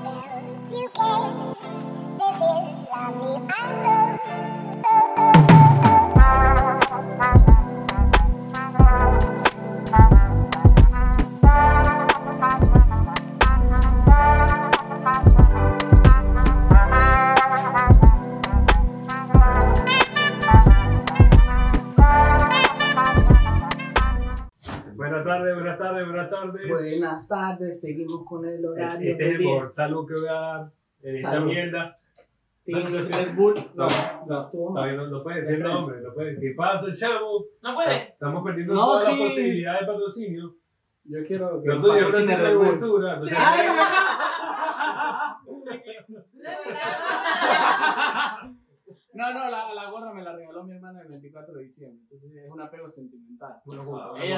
Don't you guess this is lovely? I know. Buenas tardes, seguimos con el horario. Este es el mejor salud que voy a dar en esta mierda. ¿Tienes Red Bull? No, todavía no puede decir nombre, no puede. ¿Qué pasa, chavo? No puede. Estamos perdiendo todas las posibilidades de patrocinio. Yo quiero que no tú llevas una Red Bull. basura. No, la gorra me la regaló mi hermana el 24 de diciembre, entonces es un apego sentimental. Ella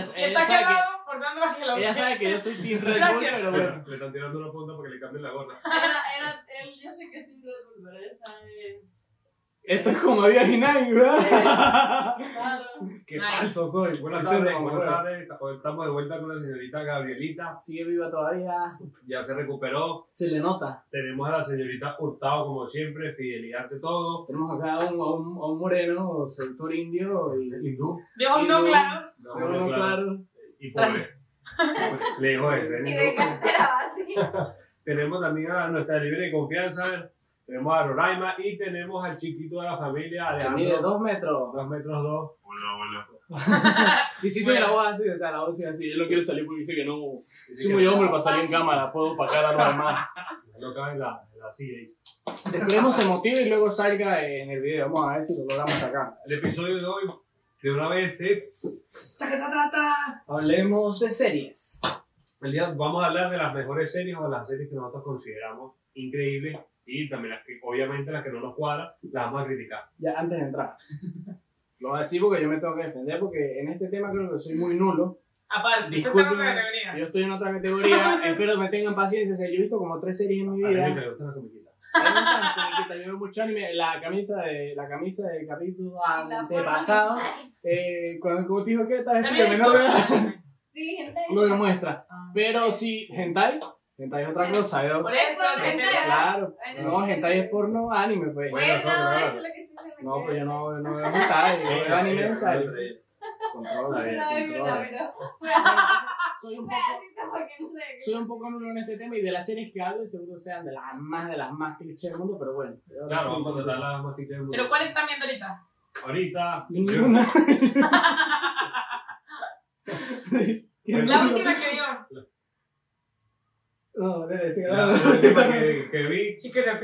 sabe que yo soy Team Red Bull, pero bueno. Le están tirando una punta porque le cambien la gorra. Yo sé que es Team Red Bull, pero esa es... Esto es como día y night, ¿verdad? Claro. Qué falso soy. Buenas tardes. Estamos de vuelta con la señorita Gabrielita. Sigue viva todavía. Ya se recuperó. Se le nota. Tenemos a la señorita Hurtado, como siempre, fidelidad de todo. Tenemos acá a un moreno, seductor indio y hindú. De ojos no claros. De ojos no claros. Y pobre. Lejos ese. Y de cartera vacía. Tenemos también a nuestra libre de confianza. Tenemos a Roraima y tenemos al chiquito de la familia, Alejandro. Que mide 2 metros. 2 metros 2. Hola. Y si tiene la voz así, o sea, la voz así. Él no quiere salir porque dice que no. Soy muy hombre para salir en cámara, puedo opacar a los demás. No cabe en la silla. Esperemos se motive y luego salga en el video. Vamos a ver si lo logramos acá. El episodio de hoy, de una vez, es... Hablemos de series. Vamos a hablar de las mejores series o las series que nosotros consideramos increíbles. Y también las que, obviamente, las que no nos cuadran, las vamos a criticar. Ya, antes de entrar. Lo voy a decir porque yo me tengo que defender, porque en este tema creo que soy muy nulo. Aparte, disculpen, yo estoy en otra categoría. Espero que me tengan paciencia. O sea, yo he visto como 3 series en mi vida. A mí me gustan las comiquitas. Yo veo mucho anime. La camisa del capítulo antepasado. Cuando te dijo que estás Sí, gente. lo demuestra. Pero sí, hentai. Hentai es otra cosa, ¿no? Por eso, claro. No, hentai es porno anime, pues. Bueno, eso es lo que estoy diciendo. No, pues yo no veo hentai, yo veo anime ensayo. Controla. Soy un poco nulo en este tema y de las series que hablo seguro sean de las más clichés del mundo, pero bueno. Claro, vamos a tratar las más clichés del mundo. ¿Pero cuál están viendo ahorita? Ahorita... Ninguna. La última que vio. No, debe ser. La última que vi...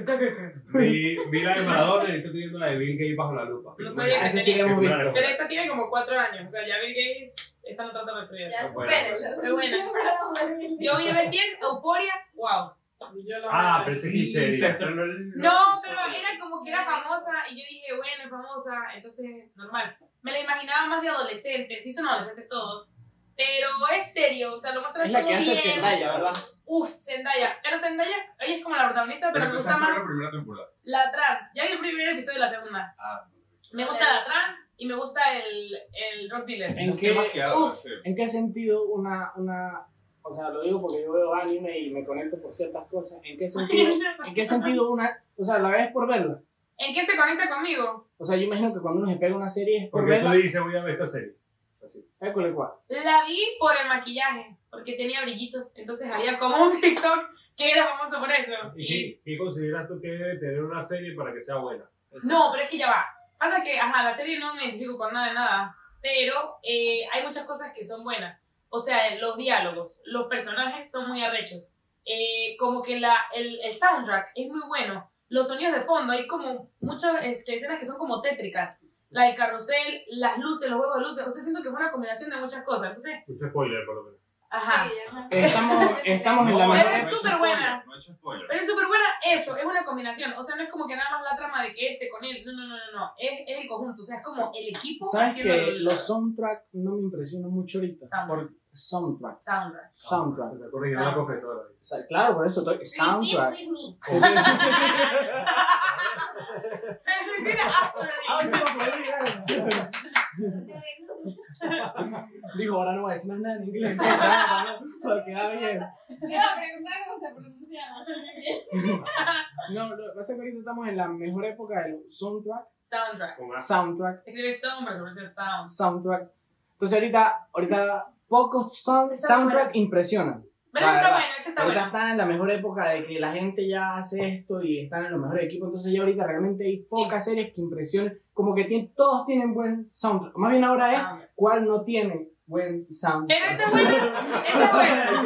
Vi la de Maradona y estoy viendo la de Bill Gates bajo la lupa. No sabía que sí que hemos visto. Pero esa tiene como 4 años. O sea, ya Bill Gates está no tratando de subir. Ya supérenlo. Muy buena. Yo vi recién Euphoria. Wow. Pero ese cliché. No, pero era como que era famosa y yo dije, bueno, es famosa, entonces normal. Me la imaginaba más de adolescentes, sí son adolescentes todos. Pero es serio, o sea, lo muestran Es todo la que bien. hace Zendaya, ¿verdad? Zendaya. Pero Zendaya, ella es como la protagonista, pero me gusta más la primera temporada. la trans. Ya vi el primer episodio de la segunda. Me gusta la trans y me gusta el drug dealer. ¿En qué sentido una o sea, lo digo porque yo veo anime y me conecto por ciertas cosas. ¿En qué sentido o sea, la ves por verla? ¿En qué se conecta conmigo? O sea, yo imagino que cuando uno se pega una serie es por Porque verla. tú dices, voy a ver esta serie. Así. ¿Cuál? La vi por el maquillaje, porque tenía brillitos. Entonces había como un TikTok que era famoso por eso. ¿Y qué consideras tú que debe tener una serie para que sea buena? No, pero es que ya va. Pasa que, la serie no me identifico con nada de nada. Pero hay muchas cosas que son buenas. O sea, los diálogos, los personajes son muy arrechos. Como que el soundtrack es muy bueno. Los sonidos de fondo, hay como muchas escenas que son como tétricas. La del carrusel, las luces, los juegos de luces. O sea, siento que es una combinación de muchas cosas. Entonces, Mucho spoiler, por lo menos. ajá. Estamos en la Pero mejor. es súper buena. No he hecho spoiler. Pero es súper buena eso, es una combinación. O sea, no es como que nada más la trama de que con él. No. Es el conjunto. O sea, es como el equipo. ¿Sabes haciendo que los soundtracks no me impresionan mucho ahorita? Soundtrack. Soundtrack. Te corrigió la profesora. O sea, claro, por eso estoy. Soundtrack. Repeat with Mira, Ah, sí, lo podría. me. Dijo, ahora no voy a decir más nada en inglés. Para quedar bien. Le iba a preguntar cómo se pronunciaba. No, lo que pasa es que ahorita estamos en la mejor época del soundtrack. Soundtrack. Con A. Soundtrack. Se escribe sound, pero se pronuncia sound. Soundtrack. Entonces ahorita pocos soundtrack impresionan. Pero ese está bueno, ese está Ahorita bueno. están en la mejor época de que la gente ya hace esto y están en los mejores equipos, entonces ya ahorita realmente hay pocas series que impresionen, como que todos tienen buen soundtrack. Más bien ahora es Ah, cuál no tiene buen soundtrack. pero ese es bueno, ese es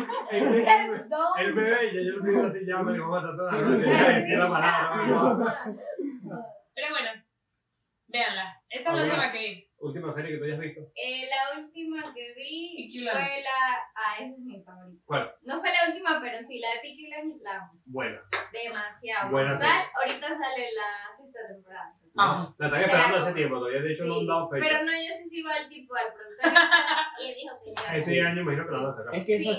bueno. El bebé, ya yo lo digo así, ya me dijo matatona, no quería decir la palabra. Pero bueno, véanla. Esa es la última que vi. Última serie que tú hayas visto. La última que vi Peaky fue Blinders. esa es mi favorita. ¿Cuál? No fue la última, pero sí, la de Peaky Blinders la amo. Buena. Demasiado. Buena Brutal. Ahorita sale la sexta temporada. Ah. La están esperando hace tiempo, todavía de hecho no han dado fecha. Pero no, yo sí sigo al tipo, al productor. Y él dijo que ya. Ese año imagino que la van a sacar. Es que esa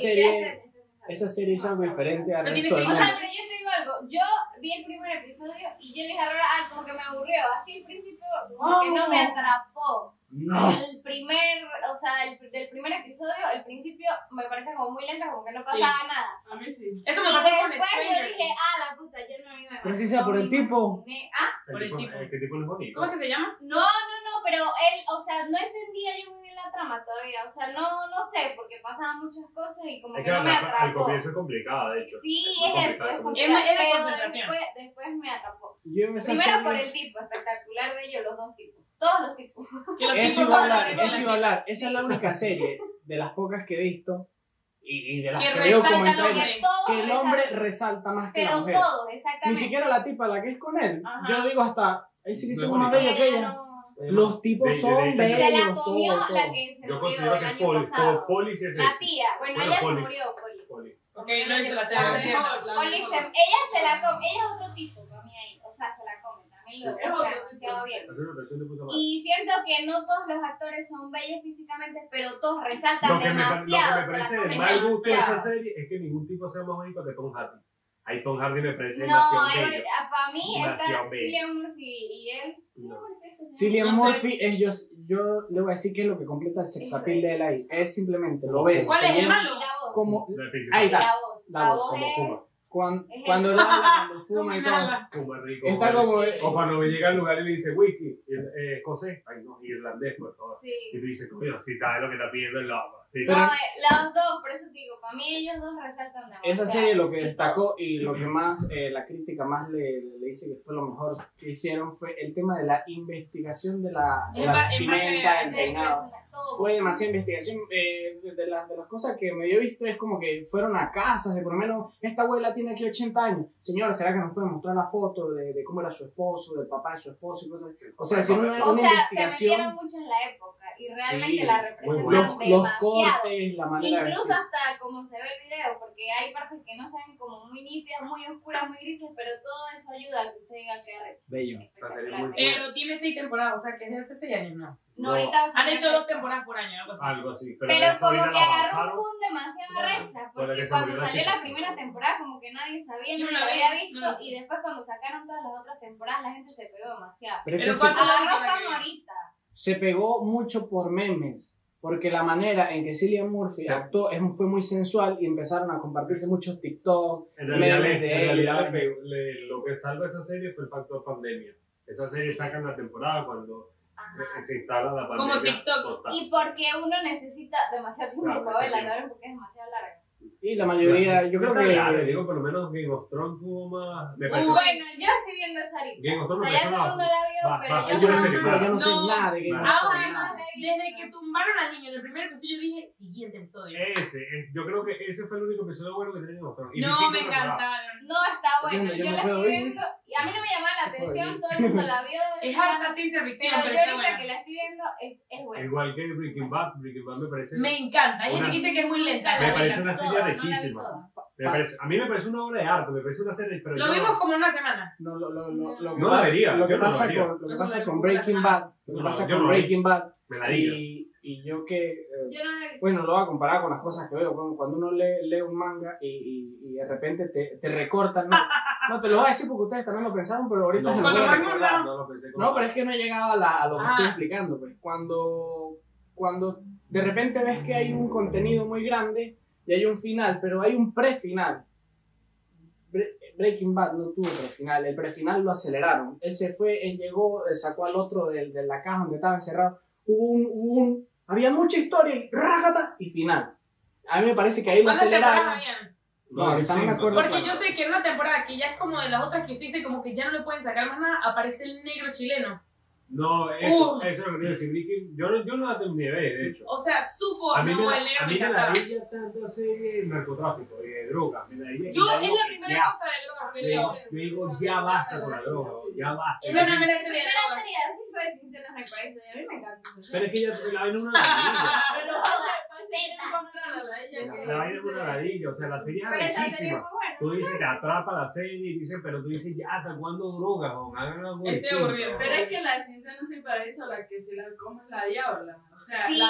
serie es algo diferente al Pero resto del O mundo. sea, pero yo te digo algo, yo vi el primer episodio y yo le dije a Aurora, como que me aburrió, así al principio, como que no me atrapó. No. El primer, o sea, del primer episodio, el principio me parece como muy lenta, como que no pasaba nada. A mí sí. Y Eso me pasó con después yo Stranger dije, Things. la puta, yo no me Pero si sea por el tipo. Por el tipo. ¿Qué tipo no es bonito? ¿Cómo es que se llama? No, pero él, o sea, no entendía yo muy bien la trama todavía, o sea, no sé, porque pasaban muchas cosas y como Es que que no me al atrapó. comienzo es complicada, de hecho. Sí, muy es eso, es complicado. complicado, Es de pero concentración. después me atrapó. Yo en esa Primero por serie, el tipo, espectacular, bello, los dos tipos, todos los tipos. Que los eso tipos iba a son hablar, los eso iba a hablar. Esa es la única serie de las pocas que he visto y de las Que que veo como resalta al entre hombre. que el hombre resalta más que la pero mujer. todos, exactamente. Ni siquiera la tipa, la que es con él. Ajá. Yo digo hasta, ahí sí que No son es más bonita. bellos que Ella ella. no- Los tipos de son hecho, bellos. Se la comió todo, la todo. que se Yo murió considero el que año Poli, pasado. Poli sí es La sexy. tía, bueno, Bueno, ella Poli. se murió, Poli. Poli. Ok, no he visto la serie. La no mejor, entiendo. Poli ella se la come, ella es otro tipo para mí ahí, o sea, se la come, también lo Es demuestra otro demasiado tipo. bien. Hace una versión de puta madre. Y siento que no todos los actores son bellos físicamente, pero todos resaltan Lo que me demasiado. parece se la de comen mal gusto de esa demasiado. serie es que ningún tipo sea más bonito que Tom Hardy. Ahí Tom Hardy me parece No, demasiado bello. para mí está Demasiado bello. Cillian Murphy y él. No. Cillian No sé. Murphy es yo le voy a decir que es lo que completa el sex appeal de la isla. Es simplemente, lo ves. ¿Cuál es te el lleva malo? Y la voz. Como, La principal. ahí está. La voz. La La voz, voz Como es. fuma. cuando él habla, cuando fuma y todo. Fuma. Fuma rico. Está vale. como, O cuando llega al lugar y le dice whisky, escocés, ay no, irlandés, por favor. Y Sí. tú dices, coño, si sabes lo que está pidiendo el loco. No, los dos, por eso te digo, para mí ellos dos resaltan demasiado. esa serie lo que Y destacó y lo que más, la crítica más le dice que fue lo mejor que hicieron fue el tema de la investigación de la En base vestimenta, a- el todo, peinado. todo. Fue demasiada investigación. De las cosas que me dio visto es como que fueron a casas de por lo menos, esta abuela tiene aquí 80 años. Señora, ¿será que nos puede mostrar la foto de cómo era su esposo, del papá de su esposo y cosas? O sea, hicieron una O sea, se investigación. metieron mucho en la época y realmente Sí, la muy representan bueno. Los demasiado. cortes, la manera de Incluso vestir. hasta como se ve el video, porque hay partes que no se ven como muy nítidas, muy oscuras, muy grises, pero todo eso ayuda a que usted diga que arrecho. Bello. Esa serie es muy buena. Pero tiene 6 temporadas, o sea que es de hace 6 años, ¿no. No, ahorita va a Han ser- hecho 2 temporadas por año, algo así. Algo así. Pero después como ahorita que la agarró un avanzaron. boom demasiado Claro, arrecha, por la porque que se cuando murió la salió chica. la primera temporada como que nadie sabía, Yo no no lo la había vi, visto, no la sé. y después cuando sacaron todas las otras temporadas la gente se pegó demasiado. Pero es Pero que ¿cuál fue la Agarró última que fama vi? ahorita. se pegó mucho por memes. Porque la manera en que Cillian Murphy Sí. actuó fue muy sensual y empezaron a compartirse muchos TikToks, En realidad, memes de él. lo que salva esa serie fue el factor pandemia. Esa serie sacan la temporada cuando Ajá. se instala la pandemia. Como TikTok. total. Y porque uno necesita demasiado tiempo Claro, para verla ese también, porque es demasiado larga. Y la mayoría, yo creo Está larga, que... digo, por lo menos Game of Thrones tuvo más. Me parece. Bueno, yo estoy viendo esa ahorita. Game of O Thrones me sea, ya parece todo el mundo una. la vio, va- pero va- yo yo no sé jamás- qué Pero yo no sé No. nada de Game of Vale. Thrones, Ahora, nada. desde que tumbaron al niño en el primer episodio, yo dije, siguiente episodio. Yo creo que ese fue el único episodio bueno que tenía Game of Thrones. Y No, ni cinco me temporadas. encantaron. No, está bueno. Yo Yo no la puedo estoy ir. viendo y a mí no me llamaba la atención, ir. todo el mundo la vio. Es decía, alta ciencia ficción, pero pero yo está ahorita buena. que la estoy viendo es buena. Igual que Breaking Bad me parece. Me encanta. Hay gente Una- que dice que es muy lenta. Me la parece vida. una serie Toda, no la vi rechísima. toda. A mí me parece una obra de arte, me parece una serie. Pero Lo yo- vimos como en una semana. No, lo que No la pasa, vería, lo que yo no la pasa vería. con, lo que Eso pasa me con gusta Breaking nada. Bad, lo que No, pasa yo con no la vi. Breaking Bad, Me la diga. y yo que, Yo no la he visto. bueno, lo voy a comparar con las cosas que veo, cuando uno lee un manga y de repente te recortan, no te lo voy a decir porque ustedes también lo pensaron, pero ahorita No, se lo con voy los a mangas recordar. No lo pensé como No, pero es que no he llegado a lo que Ah. estoy explicando, pues, cuando de repente ves que hay un contenido muy grande y hay un final, pero hay un prefinal. Breaking Bad no tuvo prefinal, el prefinal lo aceleraron. Él se fue, él llegó, sacó al otro de la caja donde estaba encerrado. Había mucha historia y rácata y final. A mí me parece que ahí lo ¿Cuántas temporadas aceleraron. habían? No, ahorita no me acuerdo. Porque yo sé que en una temporada que ya es como de las otras que usted dice como que ya no le pueden sacar más nada, aparece el negro chileno. No, eso es lo que te iba a decir. Yo no la terminé de ver, de hecho. O sea, supo, A mí no, el negro a me mí me la encantaba. vi tanta serie de narcotráfico y de droga. Yo, es la primera cosa de droga que veo. Yo digo, ya basta con la droga, ya basta. Es la primera serie de Pero droga. sería así fue sincero, me parece. A mí me encanta. Pero es que ya la vaina es una ladilla. Pero, o sea, La vaina es una ladilla, o sea, la serie es Pero esa serie arrechísima. fue buena. Tú dices que atrapa la serie y dices, pero tú dices, ya, ¿hasta cuándo droga? Hagan algo Estoy distinto. aburrido. Pero es que la ciencia no se parece a la que se la come la diabla. O sea, Sí, la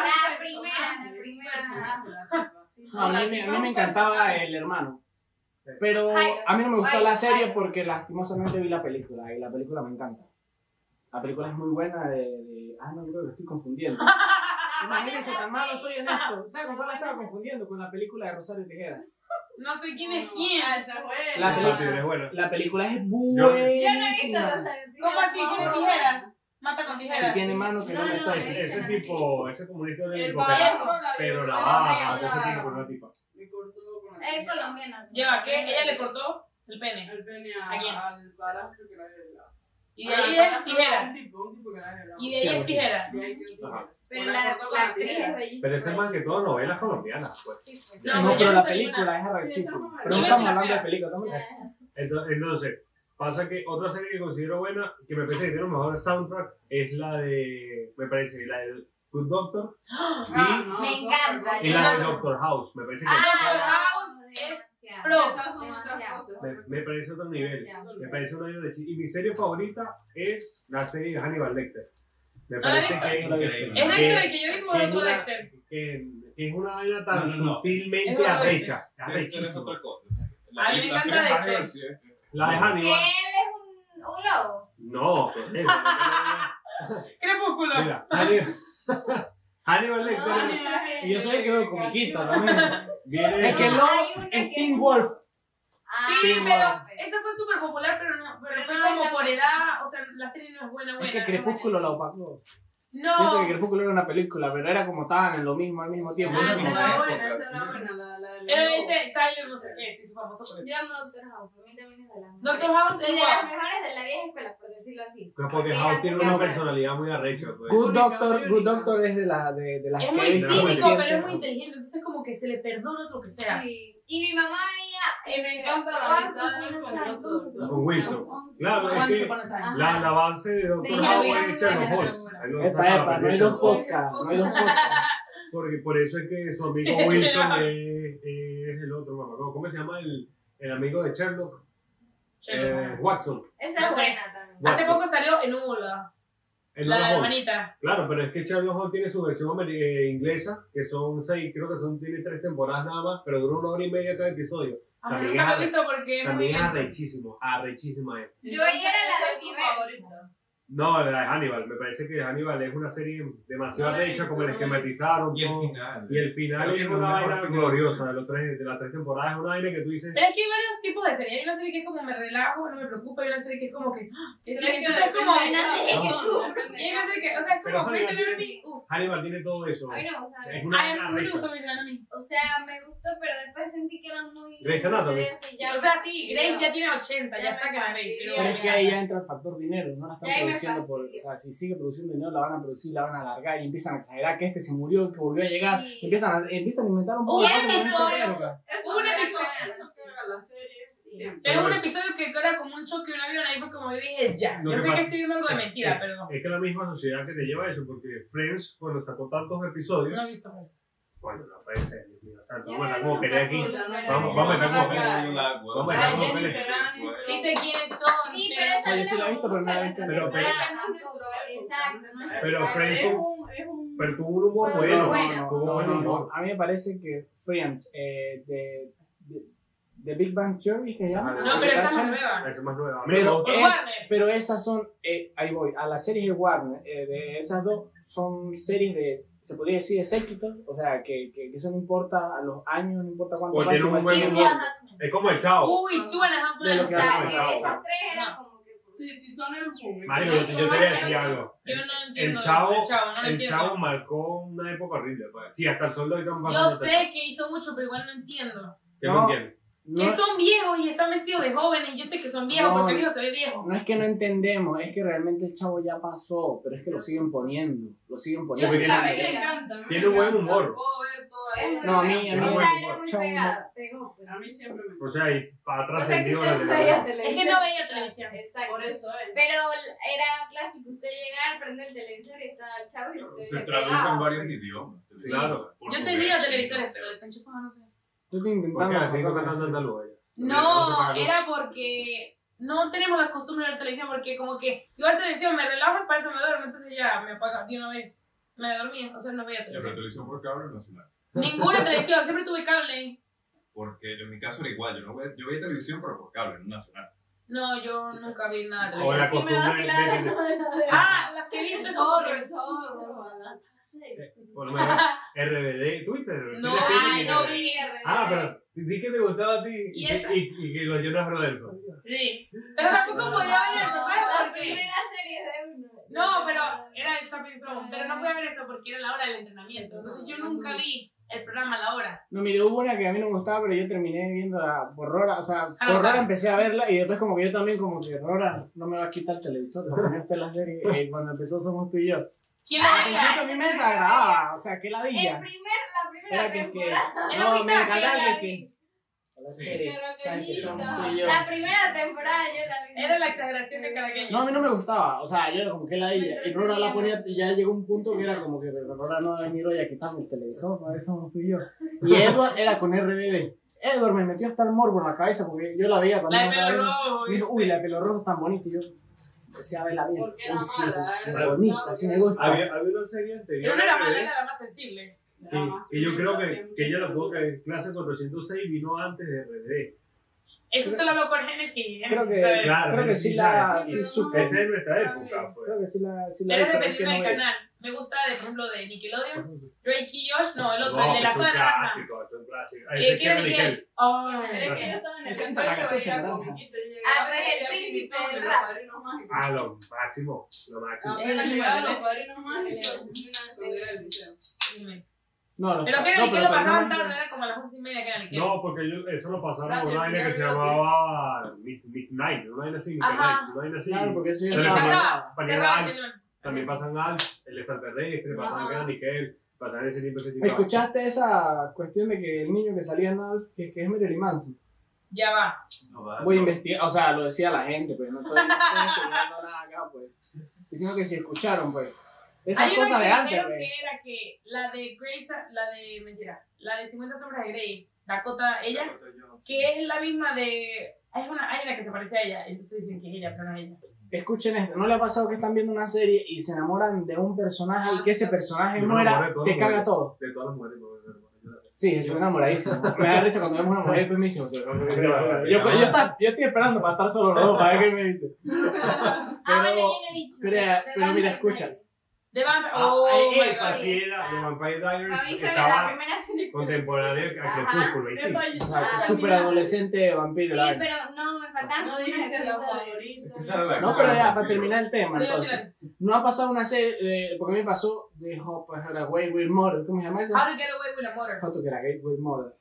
la primera. No, a mí me encantaba el hermano. Pero Jairo. a mí no me gustó Jairo, la serie Jairo. porque lastimosamente vi la película y la película me encanta. La película es muy buena no, yo creo que estoy confundiendo. Imagínense, tan malo soy en esto. ¿Sabes con cuál la estaba confundiendo? Con la película de Rosario Tijera. No sé quién es quién. Esa fue La Esa película. es buena. La película es Yo no he visto buenísima. Rosario Tijera. ¿Cómo así? ¿Tiene tijeras? Mata con Si tijeras. tiene mano que no me No, toque. Ese tipo, ese comunista El olímpico, barco, pero la navaja, viola, ese tipo con una tipa. me cortó con Es colombiana. Lleva, ¿qué? Ella le cortó el pene. el pene ¿A quién? al parastro que la había violado. Y de ahí es tijeras. Un tipo que la había violado. Y de ahí es tijeras. De ahí que un tipo. Ajá. Pero Una la cortó con la actriz tijera. es bellísima. Pero ese es más que todo novelas colombianas, pues. Sí, pues. No, No, yo pero no la sé película es arrechísima. Pero no Dime estamos la hablando de fea. película, estamos Entonces, pasa que otra serie que considero buena, que me parece que tiene un mejor soundtrack, es la de, me parece, la de Good Doctor Me encanta. y la de Doctor House. Me parece que Doctor House demasiado. pro. Esas son otras Demasiado. cosas. me parece otro nivel. Demasiado. Me parece una de Y mi serie favorita es la serie de Hannibal Lecter. Me ¿No la has parece visto? que No la he visto. increíble. Es Dexter el que yo digo que o es otro una- Dexter. que es una vaina tan No, no, no. sutilmente Es otra arrecha. Es Arrechísima. otra cosa. A mí me encanta serie Dexter. Hannibal sí es- La de Que Hannibal. él es un lobo. No, ¿qué es eso? Crepúsculo. Mira, Hannibal Lecter No, Y yo soy el que veo comiquita también. viene Es que el no, lobo hay una es que- Teen Wolf. Sí, Sí, pero bueno. esa fue súper popular, pero fue no, como está por buena. edad, o sea, la serie no es buena, Es buena. que Crepúsculo la opacó. No, Pienso que Crepúsculo era una película, pero era como estaban en lo mismo al mismo tiempo. Ah, Es esa como- era época, buena, esa sí. era buena. La de era ese Tyler no sé qué, se hizo famoso por eso. Yo amo Doctor House, para mí también es de las mejores. Doctor House Y es de las guau. mejores de la vieja escuela, por decirlo así. Porque House tiene una personalidad muy arrecha. Pues. Good Doctor es de las Es que muy he visto cínico, reciente. pero es muy inteligente, entonces como que se le perdona lo que sea. Sí. Y mi mamá veía. Y me encanta la amistad con Doctor. Con Wilson. Claro, es Once que Upon a Time. Ajá. la base de Doctor Venga, House venga, es Sherlock venga, Holmes. venga. Ahí lo Epa, saca la no hay premisa. dos podcasts. No hay dos podcasts. Porque por eso es que su amigo Wilson es el otro, mamá. ¿Cómo se llama el amigo de Sherlock? Watson. Esa No es sé. buena también. Hace Watson. poco salió en Hugo, la Enola Holmes. hermanita. Claro, pero es que Sherlock Holmes tiene su versión inglesa, que son 6, creo que tiene 3 temporadas nada más, pero dura 1 hora y media cada episodio. Ajá, También nunca lo he es visto porque es muy También es lento. arrechísima. Yo ahí era la Esa de es tu Universo. favorita. No, la de Hannibal, me parece que Hannibal es una serie demasiado No la he arrecha, visto, como la no que la he matizaron Y el todo. final. Y el final Creo que es es el una mejor vaina final. gloriosa de las 3 temporadas, es una vaina que tú dices. Pero es que hay varios tipos de series. Hay una serie que es como me relajo, no me preocupa. Hay una serie que es como que. Que sí, Pero es que entonces es como. Hay una serie que No. sufre. Y hay una serie que. O sea, es Pero como Grey's Hannibal Anatomy. Hannibal tiene todo eso. A mí no me gusta. Es una Ay, a vaina mí me arrecha. gustó Grey's Anatomy. O sea, me gustó, pero después sentí que era muy. Grey's Anatomy. Ya O sea, sí, Grace ya tiene 80, ya Ya saquen a me Grace. fastidió. Pero es que ahí ya entra el factor dinero, no la están Ya ahí me produciendo por. fastidió. O sea, si sigue produciendo dinero, la van a producir, la van a alargar y empiezan a exagerar que este se murió, que volvió a llegar. Sí. Empiezan a inventar un poco Un de cosas en esa episodio. época. Eso, Un eso, episodio. eso que haga las series siempre. Pero un episodio que era como un choque de un avión, ahí fue como yo dije, ya. Lo Yo que sé que pasa- estoy viendo algo de mentira, pero no. Es que la misma sociedad que te lleva a eso, porque Friends, cuando sacó tantos episodios, No he visto eso. bueno, no puede ser, Dios mío, o sea, Ya, vamos a estar no, como pelea aquí. no, Vamos a estar como no, pelea. no, Vamos a Ay, estar como Jennifer pelea. Aniston. Sí sé quiénes son, Sí, pero. pero esa Yo sí la he visto, pero no la he visto. Pero- Exacto, ¿no? Pero Friends es un Pero tuvo un humor Fue bueno. buena. Tuvo buen humor. A mí me parece que Friends, de Big Bang Theory, que se llama. Ajá. No, pero esa es más Esa nueva. es más nueva. A mí me Pero, gusta. Es Warner. pero esas son, ahí voy, a las series de Warner, de esas dos son series de se podría decir, de séquito, o sea, que eso no importa a los años, no importa cuánto Pues pase, tiene un va buen siendo humor. bien. Es como el Chavo. Uy, Two and a Half De lo O que Men. sea, hablamos, que o esas sea. tres eran como que. Sí, son el boom. Marico, yo te voy a decir algo. Yo no entiendo. El Chavo, no lo el entiendo. Chavo marcó una época horrible. Pues. Sí, hasta el sol de hoy estamos Yo pasando. sé que hizo mucho, pero igual no entiendo. Que no No. entiendo. Que No, son viejos y están vestidos de jóvenes. Yo sé que son viejos No. porque el hijo se ve viejo. no es que no entendemos, es que realmente el Chavo ya pasó, pero es que lo siguen poniendo, lo siguen Yo poniendo. sí tiene- la A mí me veía. encanta. me Tiene buen encanta. humor. Puedo ver toda Es muy No, a mí- buena. a mí O no sea, me era muy Chavo, pegada, pegó. A mí siempre me O gusta. sea, y ha O sea, que trascendido usted la no veía televisión. televisión. Es que no veía televisión. Exacto. Por eso es. Pero era clásico usted llegar, prender el televisor y estaba el Chavo y usted Se le traduce pegaba. en varios idiomas. Sí, claro. Yo he tenido televisores, pero desenchufados no sé. Yo estoy ¿Por qué? intentando. Así no acordarme. cantando andaluz. No, era porque no tenemos la costumbre de ver televisión, porque como que si veo televisión me relajo y para eso me duermo, entonces ya me apaga de una vez. Me dormía, o sea, no veía ¿Y la televisión. televisión por cable o nacional? Ninguna televisión, siempre tuve cable. Porque en mi caso era igual. Yo veía televisión, pero por cable, no nacional. No, yo nunca vi nada de O la televisión. Sí me costumbre vacilaba de- la novela de- Ah, las que viste El son zorro, porque- el zorro. Por lo menos RBD, ¿tuviste? No, Ay, no vi. vi Ah, pero di que te gustaba a ti ¿Y y, esa? y que lo Jonas Brothers. Sí, pero tampoco podía ver eso, ¿sabes La por qué? primera serie de uno. No, pero era el Stepping Stone, pero no podía ver eso porque era la hora del entrenamiento. Entonces yo nunca vi el programa a la hora. No, mire, hubo una que a mí no me gustaba, pero yo terminé viéndola por Rora, o sea, Ah, por Rora claro. empecé a verla y después como que yo también como que Rora no me va a quitar el televisor, para ponerte la serie cuando empezó Somos Tú y Yo. ¿Quién Al la principio a veía? mí me desagradaba, o sea, qué La ladilla. primera Era que temporada. Era no, muy me encantaba fea, que la Sí. serie, ¿sabes que Somos Tú y Yo? La primera temporada yo la vi. Era la exageración de caraqueño. No, a mí no me gustaba, o sea, yo era como que ladilla. Y Rora la ponía y ya llegó un punto que era como que Rora no va a venir hoy a quitarme el televisor, para eso no fui yo. Y Edward era con RBD. Edward me metió hasta el morbo en la cabeza porque yo la veía cuando La de no estaba pelo viendo. rojo. Me dijo, ¿viste? uy, la de pelo rojo es tan bonita. Y yo empecé a verla bien. Porque era Uy, sí, mala, sí, era bonita, mala, sí porque me gusta. Había una serie Pero anterior. no era mala, RBD, era la más sensible. que yo creo que ella lo tuvo que clase 406 vino antes de RBD. Eso te lo habló por Genesis. Creo que, ¿sabes? Claro, creo que sí sí la sabe. sí supe. Esa es nuestra época, pues. Creo que sí la Pero es vi, pero dependiendo que del no vi. canal. Me gusta, de, por ejemplo, de Nickelodeon, Drake y Josh, no, el otro, No, el de la es un zona naranja. clásico, es un clásico. Ese ¿Quién que era era Nickel? Nickel. Oh, Pero es que yo estaba en el Me encanta canto la y yo gaseosa veía naranja. comiquita y Ah, llegaba pues y el veía príncipe Pipitón del de los rap. Padrinos Mágicos. Ah, lo máximo, lo máximo. Apenas El llegaban animal, los Padrinos Mágicos, cuando iba al liceo. dime. No, Pero que era no, Nickel pero lo pasaban no- tarde, era como a las 11:30 que era Nickel. No, porque eso lo pasaron por Gracias, una vaina que se señor. llamaba Midnight, una vaina así, Ajá. Midnight, una vaina así. Claro, porque eso ya El que Pero estaba también- cantaba, también cerraba Alf. el telón. También pasan Alf, el extraterrestre, pasaban que era Nickel, pasaban ese tipo de ¿Escuchaste esa cuestión de que el niño que salía en Alf, que es Marilyn Manson? Ya va. No va, Voy a no. investigar, o sea, lo decía la gente, pues no estoy enseñando nada acá, pues. Diciendo que si escucharon, pues. Esas Hay una cosas que de antes, dijeron pues. que era que la de Grace, la de 50 sombras de Grey, Dakota, ella, que es la misma de, hay una que se parece a ella, entonces dicen que es ella, pero no es ella. Escuchen esto, ¿no le ha pasado que están viendo una serie y se enamoran de un personaje y que ese personaje Yo me muera, enamoré de todas te las caga mujeres. todo? De todas las mujeres, no, Sí, estoy enamoradísimo. Me da risa cuando vemos una mujer, pues me dice, yo estoy esperando para estar solo los dos, para ver qué me dice. Ah, bueno, yo no he dicho. pero The mira, Vampire escucha. Diaries. De Vampire, oh my esa God. sí era, de Vampire Diaries, Para mí que fue la estaba primera serie. contemporánea a Ajá. Crepúsculo, y sí. Exacto, súper adolescente vampiro. Sí, la vaina. pero no, me faltan No unos dijiste la episodios. favorita. Esa era la No, cosa. pero ya, para terminar el tema, Voy a entonces. decir, No ha pasado una serie, porque a mí me pasó de pues era Way with Mother, ¿cómo se llama eso? How to Get Away with a Murder. How to get a with Mother.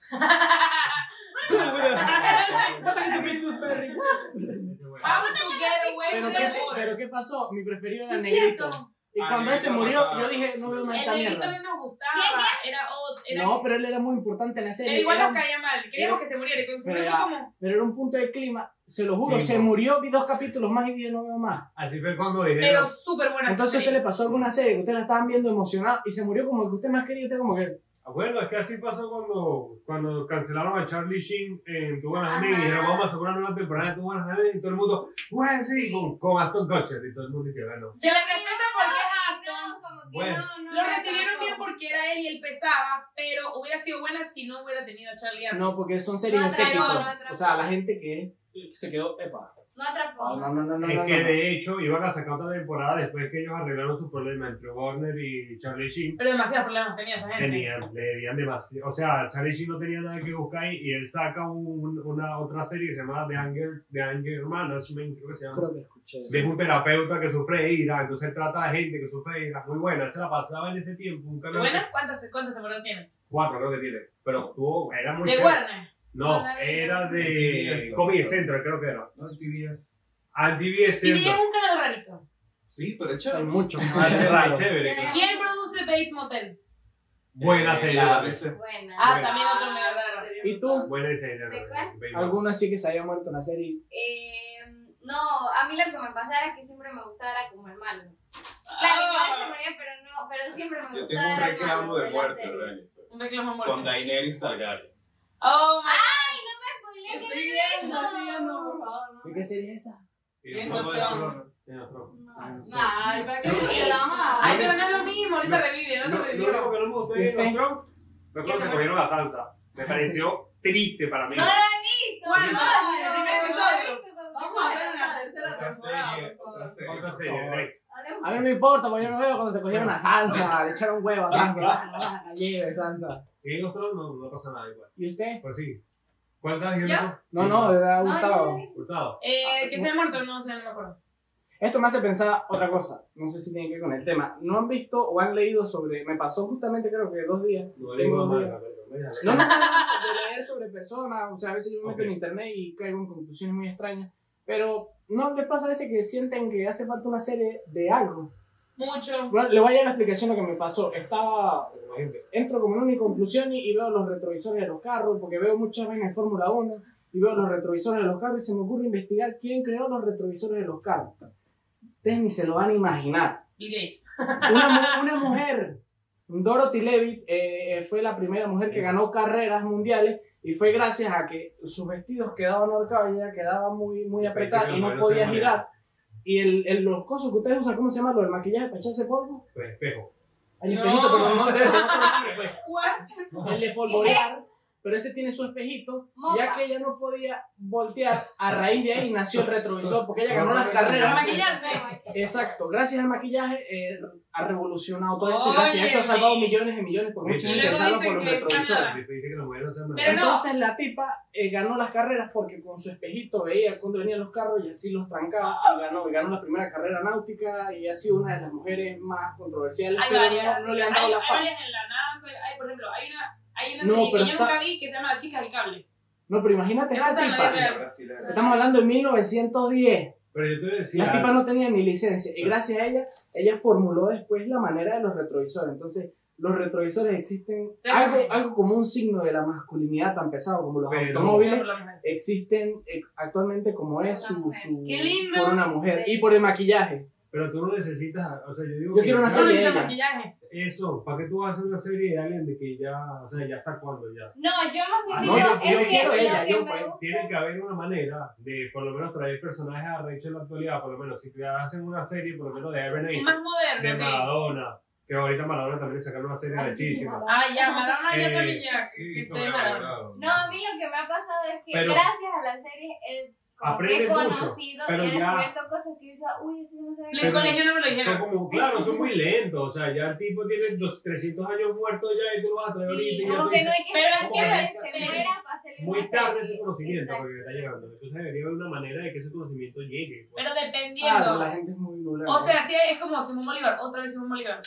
How to Get Away Pero with qué, a Murder. pero qué pasó, mi preferido era Sí, Negrito. cierto. Y cuando ese murió, yo dije, no veo más El esta negrito mierda. no nos gustaba, era No, pero él era muy importante en la serie. pero igual Era nos caía mal, queríamos que se muriera y cuando se pero murió ya- fue como, pero era un punto de clima, se lo juro, Sí, se no. murió, vi 2 capítulos más y dije, no veo más. Así fue cuando pero dijeron, súper buena Entonces, ¿a serie. usted le pasó alguna serie que ustedes la estaban viendo emocionada y se murió como el que usted más quería? Usted como que, bueno, es que así pasó cuando cancelaron a Charlie Sheen en Tu Buenas Ajá. Amigas y dijeron, vamos a hacer una nueva temporada de Tu Buenas Amigas y todo el mundo, bueno, sí, con Aston Kutcher y todo el mundo dice, bueno. Se le respeta porque es Aston. No, como que Bueno. no Lo me recibieron atrapó. bien porque era él y él pesaba, pero hubiera sido buena si no hubiera tenido a Charlie antes. no, porque son series No de atrapó, séquito. no atrapó. O sea, la gente que se quedó, epa, No atrapó. No. Es que de hecho iban a sacar otra temporada después que ellos arreglaron su problema entre Warner y Charlie Sheen. Pero demasiados problemas tenía esa gente. Le debían demasiado. O sea, Charlie Sheen no tenía nada que buscar y él saca una otra serie que se llama The Anger Management, creo que se llama. Creo que escuché. De un terapeuta que sufre de ira, entonces él trata de gente que sufre de ira. Muy buena, se la pasaba en ese tiempo. Un canal ¿Buenas? ¿Cuántas temporadas tiene? 4 creo que tiene. Pero era muy ¿De chévere. Warner? No, era de Comedy Central, creo que era. No, TBS. TBS Y Central. tiene un canal rarito. Sí, pero es Hay chévere. mucho. Chévere, chévere. ¿Quién produce Bates Motel? Buena serie. La ABC. Buena. Ah, Bueno. también otro medio raro. ¿Y tú? Buena serie. ¿De cuál? ¿Alguno así que se haya muerto en la serie? No, a mí lo que me pasaba era que siempre me gustaba era como el malo. Claro, igual se moría, pero siempre me Yo gustaba. tengo un era el reclamo malo de la muerte, serie. Rani. Un reclamo Con muerto. Daenerys Targaryen. Oh, ¡Ay, no me spoileé! ¿Qué Estoy es viendo, eso? por favor, ¿De qué serie es esa? Game of Thrones. Ay, ¿para qué se la más? Ay, pero no es lo mismo, ahorita revive, el Lo otro único revivió. que no me gustó de Game of Thrones fue cuando se cogieron la salsa. Me pareció triste para mí. No lo he visto. ¿Cuál? no, ¿El primer no, episodio? no lo he visto, Vamos a ver una tercera Otra temporada, serie, por otra favor. serie. Otra serie, next. A mí no me importa, porque yo no veo cuando se cogieron la salsa, le echaron huevo a sangre, la lleve salsa. Game of Thrones no pasa nada igual. ¿Y usted? Pues sí. ¿Cuál estás diciendo? No, no, le ha No, gustado. yo no he visto. Gustavo. Que se ha muerto, no sé, no me acuerdo. Esto me hace pensar otra cosa, no sé si tiene que ver con el tema. ¿No han visto o han leído sobre, me pasó justamente creo que 2 días, No tengo digo 2 días. mal, pero No, de leer sobre personas, o sea, a veces yo me meto Ok. en internet y caigo en conclusiones muy extrañas, pero ¿no les pasa a veces que sienten que hace falta una serie de algo? Mucho. Bueno, le voy a dar la explicación de lo que me pasó. Entro como en una conclusión y veo los retrovisores de los carros, porque veo muchas vainas de Fórmula 1 y veo los retrovisores de los carros y se me ocurre investigar quién creó los retrovisores de los carros. Ustedes ni se lo van a imaginar. Bill Gates. Una mujer, Dorothy Levitt, fue la primera mujer que ganó carreras mundiales y fue gracias a que sus vestidos quedaban ahorcados y ella quedaba muy, muy apretada y no podía girar. Y los cosos que ustedes usan, ¿cómo se llama? Lo del maquillaje para echarse polvo. Pues espejo. El No. espejito, pero no debe tener otro nombre, pues. What? El de polvorear, pero ese tiene su espejito. Ya que ella no podía voltear, a raíz de ahí nació el retrovisor, porque ella ganó las Para carreras. maquillarse. Exacto, gracias al maquillaje ha revolucionado todo esto y Oye, gracias a eso ha salvado sí. millones y millones porque mucha Y gente luego salva dicen por los que retrovisores. nada. Después dice que las mujeres no saben Pero no. Entonces la tipa ganó las carreras porque con su espejito veía cuando venían los carros y así los trancaba y ganó la primera carrera náutica y ha sido una de las mujeres más controversiales, Hay pero varias. no le han dado Hay la fama. varias en la NASA. Hay, por ejemplo, hay una No, serie pero que yo está- nunca vi que se llama La chica del cable. No, pero imagínate ¿Qué esta pasa en la tipa. vida real? Brasileña. Estamos hablando de 1910. Pero yo te voy a decir. La tipa no tenía ni licencia y gracias a ella formuló después la manera de los retrovisores. Entonces, los retrovisores existen, algo como un signo de la masculinidad tan pesado como los Pero- automóviles, Por la mujer. existen actualmente como es su ¡Qué lindo! por una mujer y por el maquillaje. Pero tú no necesitas. O sea, yo digo. Yo quiero una Solo serie de necesita ella. maquillaje. Eso, ¿para qué tú vas a hacer una serie de alguien de que ya. O sea, ya está cuando ya? No, yo más bien no, digo, yo es que quiero lo ella, que yo, me pues, gusta- Tiene que haber una manera de por lo menos traer personajes arrechos en la actualidad. Por lo menos, si te hacen una serie, por lo menos de Iron Y más de moderno, ¿ok? Maradona. Que ahorita Maradona también le sacaron una serie rechísima. Ah, ya, Madonna ya Eh, también ya. Sí, que son esté Madonna. elaborados. No, a mí lo que me ha pasado es que Pero- gracias a la serie como que Aprende he mucho, conocido pero y he ya- descubierto cosas que yo decía, uy, eso no sabía. En el colegio no me lo Son dijeron. como, claro, son muy lentos. O sea, ya el tipo tiene 300 años muerto ya y tú lo vas a traer ahorita. Sí, Y ya como tú que dices, no hay que Pero esperar es que que se muera para hacerle muy una tarde serie. ese conocimiento Exacto, porque está llegando. Entonces debería haber una manera de que ese conocimiento llegue. Pues. Pero Claro, dependiendo. la gente es muy dura. O sea, sí, es como Simón Bolívar, otra vez Simón Bolívar.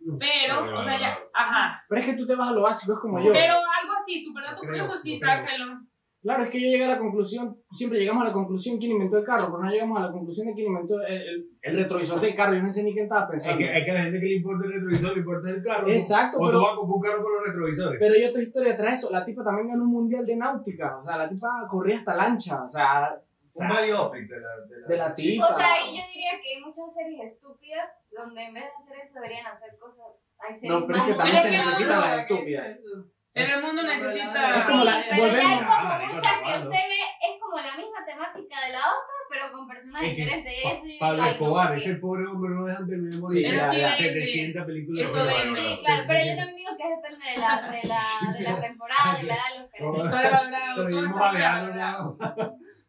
Pero, o sea, ya, ajá. pero es que tú te vas a lo básico, es como yo. Pero algo así, super dato No curioso, creo, sí, no creo. sácalo. Claro, es que yo llegué a la conclusión, siempre llegamos a la conclusión quién inventó el carro, pero no llegamos a la conclusión de quién inventó el retrovisor del carro. Yo no sé ni quién estaba Es pensando. que a la gente que le importa el retrovisor, le importa el carro. Exacto, O pero- tú vas a comprar un carro con los retrovisores. Pero hay otra historia tras eso. La tipa también ganó un mundial de náutica. O sea, la tipa corría hasta lancha. O sea, Un biopic de la tipa. O sea, ahí yo diría que hay muchas series estúpidas donde en vez de hacer eso deberían hacer cosas. Hay series No, pero es que más también es se que necesitan no, las ¿qué estúpidas. es eso? Pero el mundo necesita. Es como la- Sí, pero ya hay volvemos. como marico, muchas que ¿cuándo? usted ve, es como la misma temática de la otra, pero con personajes Es que diferentes. Eso yo Pablo digo, ay, Escobar, no, ese pobre hombre no dejan de morir. Sí, pero sí vende. 700 películas. Eso de vende. Escobar, Sí, ¿no? claro, pero yo también digo que depende de la temporada, de la edad de los Oh, caracteres. Sobrevalorado, Pero todo yo está baleano sobrevalorado. ya.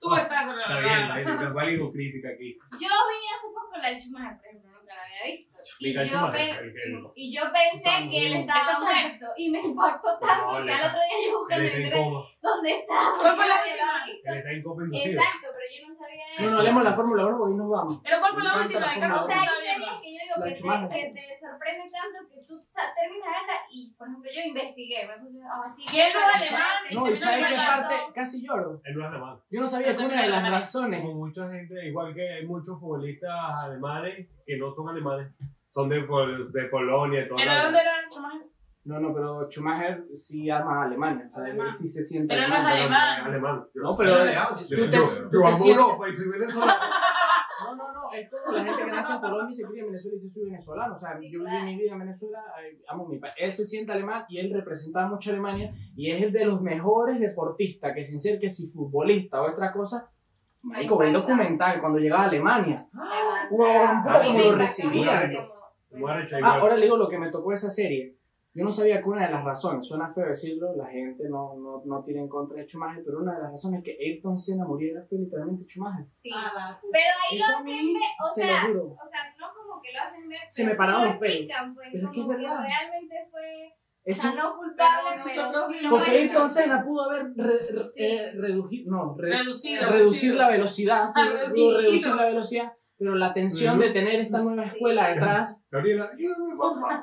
Tú estás en Está bien, no válido crítica aquí. Yo vi hace poco la de Schumacher, por ejemplo, nunca la había visto. Michael Schumacher, Y yo pensé que él estaba Esa fue. muerto y me impactó tanto No, que al otro día yo busqué Él en está en internet coma. dónde estaba. ¿Cuál fue la porque última? había visto. Él está en coma inducido. Exacto, pero yo no sabía eso. No hablemos de la Fórmula 1 porque ahí nos vamos. Pero ¿cuál fue la Me última de encanta la Carlos? O sea, hay Está viendo. series que yo digo La que Schumacher. que te sorprende tanto que tú terminas de verla y, por ejemplo, yo investigué, me puse así. ¿Qué es lo de alemán? No, y ¿sabes qué Terminó parte? Casi lloro. Él no es alemán. Yo no sabía que una de las razones. Como mucha gente, igual que hay muchos futbolistas alemanes que no son alemanes, son de Polonia y todo. ¿Pero de dónde era Schumacher? No, pero Schumacher sí ama a Alemania. O sea, Alemán. él sí se siente Pero no es alemán. Alemán. No, pero Yo- tú te Yo amo sientes- Europa y soy venezolano. No, es como la gente que nace en Colombia y se cría en Venezuela y dice soy venezolano. O sea, Sí, yo viví claro. mi vida en Venezuela, amo mi país. Él se siente alemán y él representaba mucho a Alemania y es el de los mejores deportistas que sin ser que si futbolista o otra cosa, marico, ve el documental cuando llegaba a Alemania. ¿Cómo lo recibían? Muy arrecho, Ah, igual. ahora le digo lo que me tocó esa serie. Yo no sabía que una de las razones, suena feo decirlo, la gente no tiene en contra de Schumacher, pero una de las razones es que Ayrton Senna muriera fue literalmente Schumacher. Sí. Ah, la puta. Pero ahí Eso lo a hacen mí, ver, o se sea, lo juro. no como que lo hacen ver, Se pero me sí paraban lo los pelos. explican, pues, Pero es que es como que verdad. realmente fue, o Es sea, un- no culpable, Pero pero nosotros sí sí lo Porque muestran. Ayrton Senna pudo haber Reducido. reducir la velocidad, pudo Reducido. reducir la velocidad, pero la tensión de tener esta nueva escuela detrás, Gabriela, ayúdame, por favor.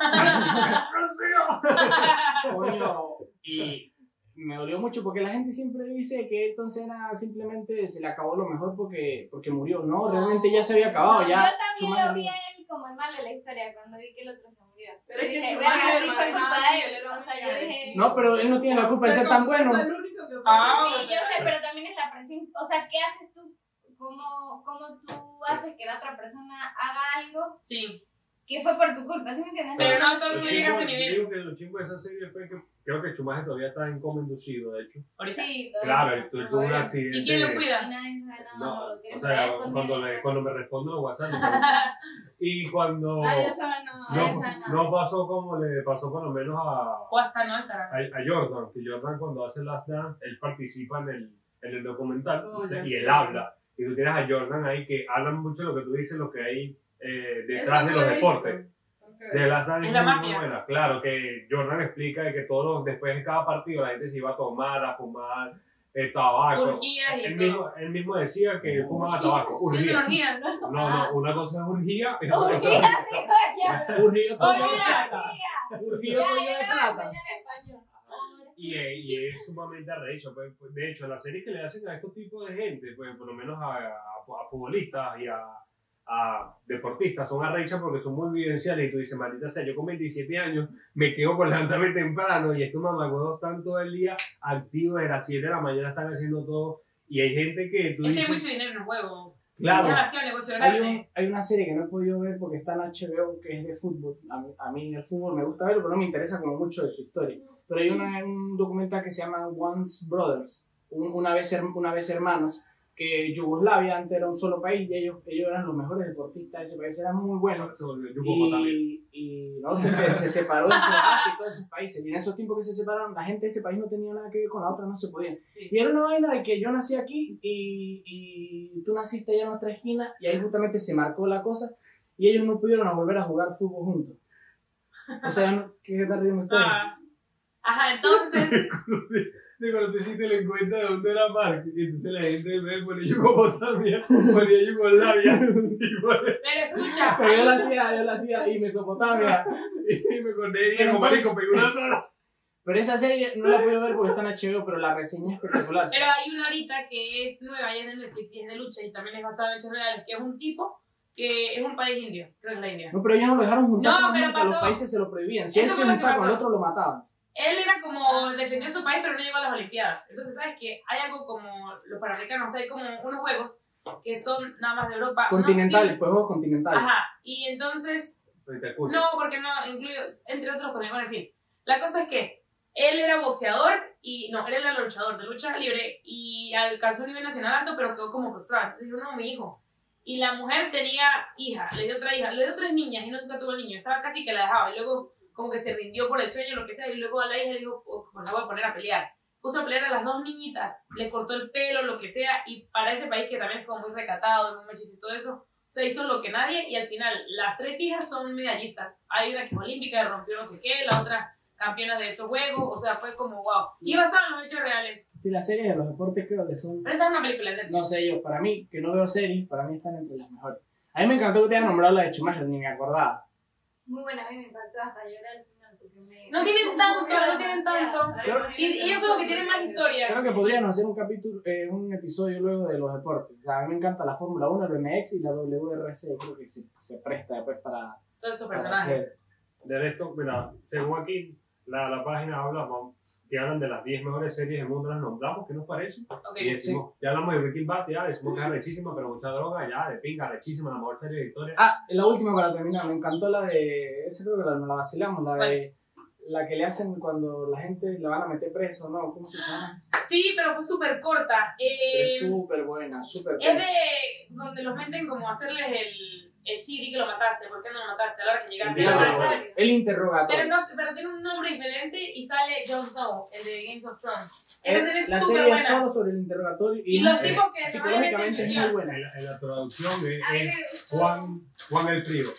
coño, y me dolió mucho porque la gente siempre dice que Ayrton Senna simplemente se le acabó lo mejor porque murió, no, realmente ya se había acabado, No, ya yo también Schumacher lo vi murió. a él como el mal de la historia cuando vi que el otro se murió. Pero es que dije, Schumacher verga, sí fue manejaba culpa así, de él él. era O sea, muy yo dije, agresivo. No, pero él no tiene la culpa de ser tan bueno. Fue el único que Ah, sí, yo sé, pero también es la presión. O sea, ¿qué haces tú? ¿Cómo tú haces que la otra persona haga algo Sí. que fue por tu culpa? ¿Sí me entiendes? Pero no todo el Lo mundo llega a ese chimbo- nivel. digo que lo chimbo de esa serie fue que creo que Schumacher todavía está en coma inducido, de hecho. Ahorita. Sí, todo. Claro, él tuvo un accidente. ¿Y quién lo Y cuida? nadie sabe nada. No, lo quieren o sea, saber cuando me responden los WhatsApp. Y cuando Nadie sabe nada. Nadie sabe nada. no pasó como le pasó por lo menos O hasta no estará. a Jordan, que Jordan cuando hace Last Dance, él participa en el documental Oh, ya y sé. él habla. Y tú tienes a Jordan ahí que hablan mucho de lo que tú dices, lo que hay detrás de Eso los no he deportes. visto. Ok. De Last Dance Es la muy mafia. buena. Claro, que Jordan explica de que después de cada partido la gente se iba a tomar, a fumar tabaco. Urgías y Él mismo decía que fumaba tabaco. Sí, Urgía. son orgías. No, una cosa es urgía y otra cosa Urgía, es... digo, ya. Urgió todo de Orgía. plata. Ya, Urgió ya, todo de ya, plata. ya en español. Y es sumamente arrecho. Pues, de hecho, las series que le hacen a estos tipos de gente, pues por lo menos a futbolistas y a deportistas, son arrechas porque son muy vivenciales. Y tú dices, maldita sea, yo con 27 años me quedo por levantarme temprano y estos mamagüedos están todo el día activos, de las 7 de la mañana están haciendo todo. Y hay gente que tú Es que hay dices, mucho dinero en el juego. Es claro, demasiado negocio Hay, grande. hay una serie que no he podido ver porque está en HBO que es de fútbol. A mí el fútbol me gusta verlo, pero no me interesa como mucho de su historia. Pero hay un documental que se llama Once Brothers, una vez hermanos, que Yugoslavia antes era un solo país y ellos eran los mejores deportistas de ese país, eran muy buenos. se volvió Yugoslav. Y no, se separó de Croacia y todos esos países. Y en esos tiempos que se separaron, la gente de ese país no tenía nada que ver con la otra, no se podía. Sí. Y era una vaina de que yo nací aquí y tú naciste allá en otra esquina y ahí justamente se marcó la cosa y ellos no pudieron volver a jugar fútbol juntos. O sea, ¿qué está riendo ustedes? Ah. Ajá, entonces. De cuando te hiciste la cuenta de dónde era Mark, y entonces la gente me ponía Yugoslav, ponía Yugoslavia, Pero escucha. Pero yo la hacía y Mesopotamia. y me acordé de Pero Diego, entonces- marico, pegó una sola. Pero esa serie no la puedo ver porque está en HBO, pero la reseña es espectacular. Pero hay una ahorita que es nueva y es de Netflix y es de lucha y también es basada en hechos reales, que es un tipo que es un país indio, creo que es la India. No, pero ellos no lo dejaron juntarse No, más pero nunca, los pasó- países se lo prohibían. Si él Eso se fue lo que juntaba con el pasó. otro, lo mataban. Él era como defendió su país pero no llegó a las Olimpiadas. Entonces, ¿sabes qué? Hay algo como los Panamericanos, hay como unos juegos que son nada más de Europa. Continentales, No, pues juegos continentales. ajá, y entonces no, porque no, incluyo, entre otros con bueno, en fin. La cosa es que él era boxeador y, no, él era luchador de lucha libre y alcanzó un nivel nacional alto, pero quedó como frustrado. Entonces dijo, no, mi hijo. Y la mujer tenía hija, le dio otra hija, le dio 3 niñas y nunca tuvo niño. Estaba casi que la dejaba y luego como que se rindió por el sueño, lo que sea, y luego a la hija le dijo, pues la voy a poner a pelear. puso a pelear a las 2 niñitas, les cortó el pelo, lo que sea, y para ese país que también es como muy recatado, muy machista y todo eso, se hizo lo que nadie, y al final las 3 hijas son medallistas. Hay una que es olímpica, rompió no sé qué, la otra campeona de esos juegos, o sea, fue como wow. Y basado en los hechos reales. Sí, las series de los deportes creo que son, Pero esa es una película de Netflix. no sé yo, para mí, que no veo series, para mí están entre las mejores. A mí me encantó que te hayas nombrado la de Schumacher, ni me acordaba. Muy buena, a mí me impactó hasta llorar al final porque me... No tienen tanto. Y ellos son los que tienen más historia. Creo que podríamos hacer un capítulo, un episodio luego de los deportes. O sea, a mí me encanta la Fórmula 1, el BMX y la WRC. Creo que se presta después para Todos esos para personajes. hacer. De esto, mira, según aquí, la página habla, que hablan de las 10 mejores series del mundo, las nombramos, ¿qué nos parece? Ok, Y decimos, ya hablamos de Breaking Bad, ya decimos que es arrechísima, pero mucha droga, ya, de pinga, arrechísima, la mejor serie de la historia. Ah, la última para terminar, me encantó la de. Esa creo que nos la vacilamos, la de. La que le hacen cuando la gente la van a meter preso, ¿no? ¿Cómo se llama? Sí, pero fue súper corta. Es súper buena, súper Es de donde los meten como a hacerles el CD que lo mataste, ¿por qué no lo mataste? A la hora que llegaste. El interrogatorio. Pero tiene un nombre diferente y sale Jon Snow, el de Games of Thrones. Esa serie es La súper serie es buena. solo sobre el interrogatorio Y los tipos que psicológicamente es muy en buena. En la traducción A mí me es gustó, Juan el Frío.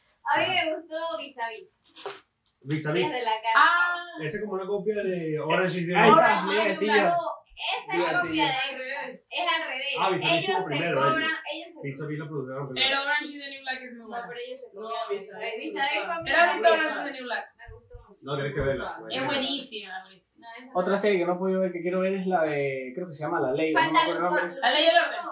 a mí me gustó Vis a Vis. Vis a Vis. Desde la cara. Ah, Ese es como una copia de Orange is the Ahí New está, Orange le iba a is decir the yo. No, esa Iba a es decir copia yo. de es al revés. Ah, Vis a Vis ellos como se primero, cobran, ellos se Vis a Vis lo produjeron primero. pero Orange is the New Black es muy No, buena. pero ellos se No, cobran. Vis a Vis. Vis a Vis para mí ¿Pero has visto me Orange is the New Black? gustó mucho. No, tienes que verla. Es buenísima. Luis. No, esa Otra no. serie que no he podido ver que quiero ver es la de. Creo que se llama La Ley. No me Falta acuerdo el nombre. Lupin. La ley y el orden.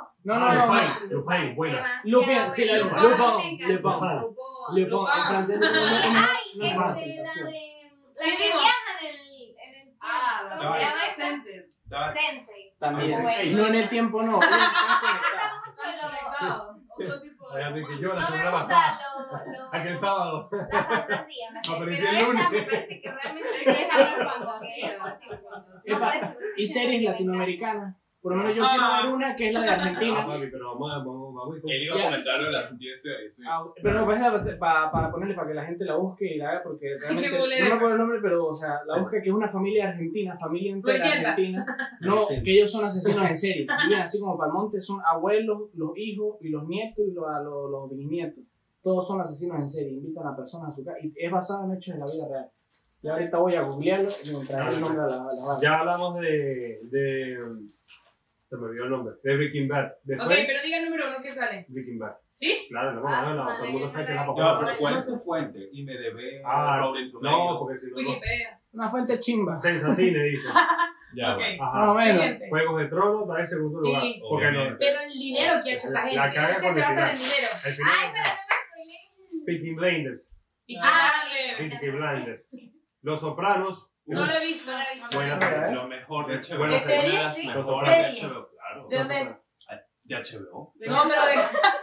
No. Lupin, buena. Lupin, sí, la Lupin. Lupin. Me encantó. Le pongo en Lupin. francés. Ay, No es la presentación. de la Sí, que vimos. viajan en el Ah, ¿cómo la se llama de esa? Sense. Sensei. También. Bueno. No en el tiempo, no. Me gusta mucho lo Otro tipo de. Fíjate que yo la no me semana gusta pasada, lo aquel sábado, la fantasía, no sé, Apareció pero el lunes. esa me parece que realmente es algo fantasía, es posible. No, Epa, por eso, Y series latinoamericanas. Por lo menos yo Ah. quiero ver una que es la de ah, Argentina. papi, pero vamos. Él iba a comentar lo de las 10 series. Sí. Pero no, pues para ponerle para que la gente la busque y la vea, porque realmente Qué bulera no me esa. acuerdo el nombre, pero o sea, la busca que es una familia argentina, familia entera Floricienta. argentina. No, que ellos son asesinos en serie. Viven así como Palmonte, son abuelos, los hijos y los nietos y los bisnietos. Todos son asesinos en serie, invitan a personas a su casa y es basado en hechos de la vida real. Y ahorita voy a googlearlo mientras el nombre a la banda. Ya hablamos se me olvidó el nombre, de Breaking Bad. Después, Ok, pero diga el número 1 que sale. Breaking Bad. ¿Sí? Claro, no, todo el mundo sabe que es la No, papá. pero ¿cuál es su fuente? IMDb, Ah, Rotten no, Tomatoes. porque si no, no. Wikipedia. Una fuente chimba. Sensacine dice. Ya, Ok. bueno. Ajá. Más o menos. Siguiente. Juegos de Tronos está en segundo Sí. lugar. Porque no. Pero el dinero que ha hecho esa gente. La caga Es que con se el basa en el final. dinero. Al Ay, final, pero no me spoileen. Peaky Blinders. Y Ah, que Peaky Blinders. Los Sopranos. no lo he visto. No lo he visto. Buena ¿Eh? serie. Lo mejor de HBO. Buena ¿De serie? Una de las Sí. mejores de Serie. HBO, claro. ¿De dónde es? De HBO. No, pero de.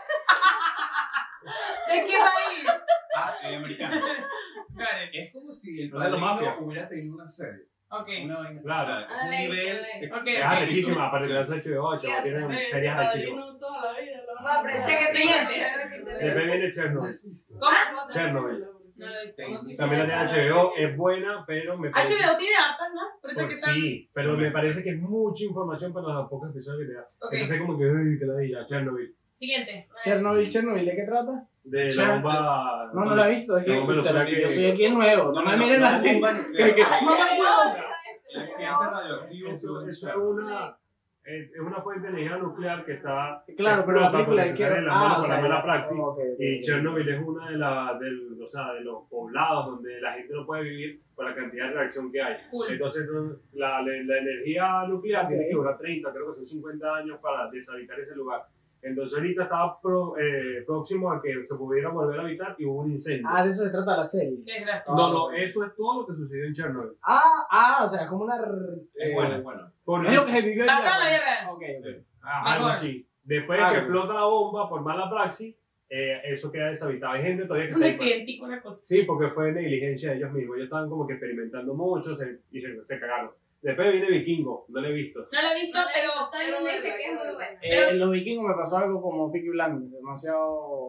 ¿De qué país? Ah, americano. Got it. Es como si el No es de la mafia. Padrino hubiera tenido una serie. Ok. Una vaina. Claro. O sea, Ah, un la nivel. hice, Ok. Es arrechísima, aparte de las HBO, chaval, tienen series arrechísimas. Toda la vida. Voy a aprovechar que Siguiente. Después viene Chernobyl. ¿Cómo? Chernobyl. No lo he visto. Sí. También la tiene HBO, es buena, pero me parece... HBO tiene hartas, ¿no? Ahorita que están. Sí, pero me parece que es mucha información para los pocos episodios que te da. Ok. Entonces como que, uy, que la diga, Chernobyl. Siguiente. Chernobyl, ¿de qué trata? De la bomba... No la he visto, es que No, pero fue que- yo soy aquí el nuevo. No me miren no, así. bomba nuclear. Que- El accidente radioactivo Eso fue en es Chernobyl. es una fuente de energía nuclear que está... Claro, pero la explota película porque de se sale que. de las manos por la mala ya. praxis. Ok, ok, Y ok. Chernobyl es una de los poblados donde la gente no puede vivir por la cantidad de radiación que hay. Cool. Entonces, la energía nuclear tiene Ok. que durar 30, creo que son 50 años para deshabitar ese lugar. Entonces, ahorita estaba próximo a que se pudiera volver a habitar y hubo un incendio. Ah, de eso se trata la serie. Qué gracioso. No, eso es todo lo que sucedió en Chernobyl. O sea, como una. Es bueno, es bueno. Por Es lo que se vivió Basado en la vida real. Ok, ok. algo Mejor. así. Después de que Algo. explota la bomba por mala praxis, eso queda deshabitado. Hay gente todavía que Un está ahí, pues. accidentico, una cosa. Sí, porque fue negligencia de ellos mismos. Ellos estaban como que experimentando mucho y se cagaron. Después viene Vikingo, no lo he visto. No la he visto, No la he pero. visto, todo el mundo dice que es muy buena. Pero- En los vikingos me pasó algo como Peaky Blinders, demasiado.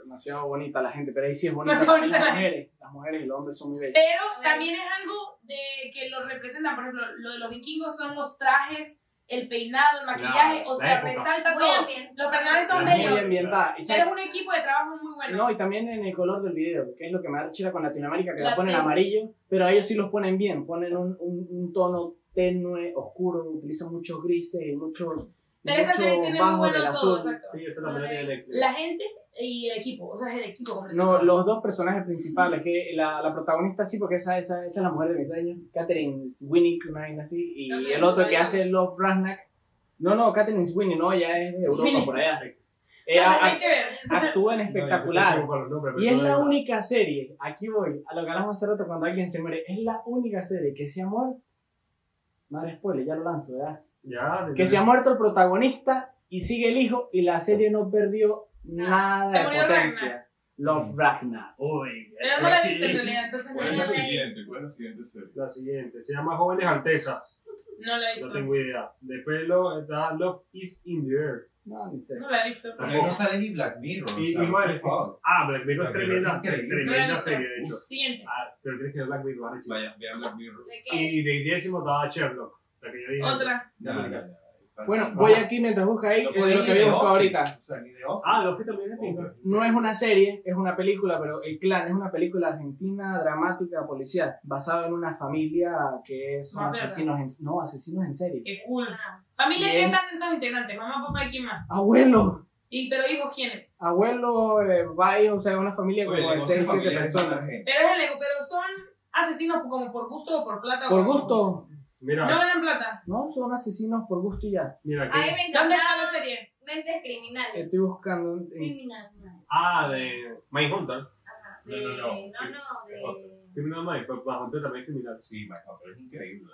demasiado bonita la gente, pero ahí sí es bonita. Demasiado bonita la Las mujeres y los hombres son muy bellos. Pero también es algo de que lo representan, por ejemplo, lo de los vikingos son los trajes, el peinado, el maquillaje, Claro, o sea, la época. resalta Muy todo. ambiental. Los personajes son Muy bellos, ambientada. Y pero sabes- es un equipo de trabajo muy bueno. No, y también en el color del video, que es lo que me da chila con Latinoamérica, que la La ponen ten- amarillo, pero ellos sí los ponen bien, ponen un tono tenue, oscuro, utilizan muchos grises y muchos Pero esa serie tiene muy bajos bueno del todo, azul. exacto. Sí, esa también la tiene Netflix. La gente y el equipo, o sea, es el equipo completo. No, los dos personajes principales, que la protagonista sí, porque esa es la mujer de mis años, Catherine Swinnick, una vaina así, y Ok, el otro que sabemos. hace Love Rasnak, no, Catherine Swinnick, no, ya es de Europa, Swinnick. por allá. Hay que ver. Actúan espectacular. Y es la única. única serie, aquí voy, a lo que hablamos hace rato cuando alguien se muere, es la única serie que se ha muerto, madre spoiler, ya lo lanzo, ¿verdad? Ya, Que se ha muerto el protagonista y sigue el hijo y la serie no perdió nada Se de murió potencia. Love Ragnar. Uy, Pero no la he visto en realidad, entonces no ¿Cuál es la la he siguiente? ¿Cuál es la siguiente serie? La siguiente, se llama Jóvenes Altezas. No la he No visto. tengo idea. Después está Love is in the Air. no, ni sé. No la he visto. Porque no sale ni Black Mirror. Y o sea, igual, what the fuck. Black Mirror es Black Mirror tremenda, es increíble. No la he tremenda visto. serie, de hecho. Siguiente. Pero tienes que ver Black Mirror, vale, chico. Vean Black Mirror. ¿De qué? Y de 10º estaba Sherlock, la que yo dije. Otra. Ya. Bueno, voy aquí mientras busca ahí No de ponen lo ni que The había buscado Office, ahorita. O sea, ni de Office. Luffy también es pinta. No es una serie, es una película, pero El Clan es una película argentina, dramática, policial, basada en una familia que son Mafiosa. asesinos en serie. Qué cool. Ah, Familia, ¿qué Bien. están todos integrantes? Mamá, papá y quién más. Abuelo, Pero hijos, ¿quiénes? va, o sea, una familia Oye, como de negocio 6, 7 familiar es personas. matar gente. Pero es el ego, pero son asesinos como por gusto o por plata. o Por como- gusto, Mira, No ganan plata. ¿no? Son asesinos por gusto y ya. mira A mí aquí. me ¿Dónde encanta está la serie? Mentes Criminales. Estoy buscando. Criminal. De Mindhunter. Ajá. No, De... no. de... Criminal Mind, pues Mindhunter también es criminal. Sí, pero es increíble.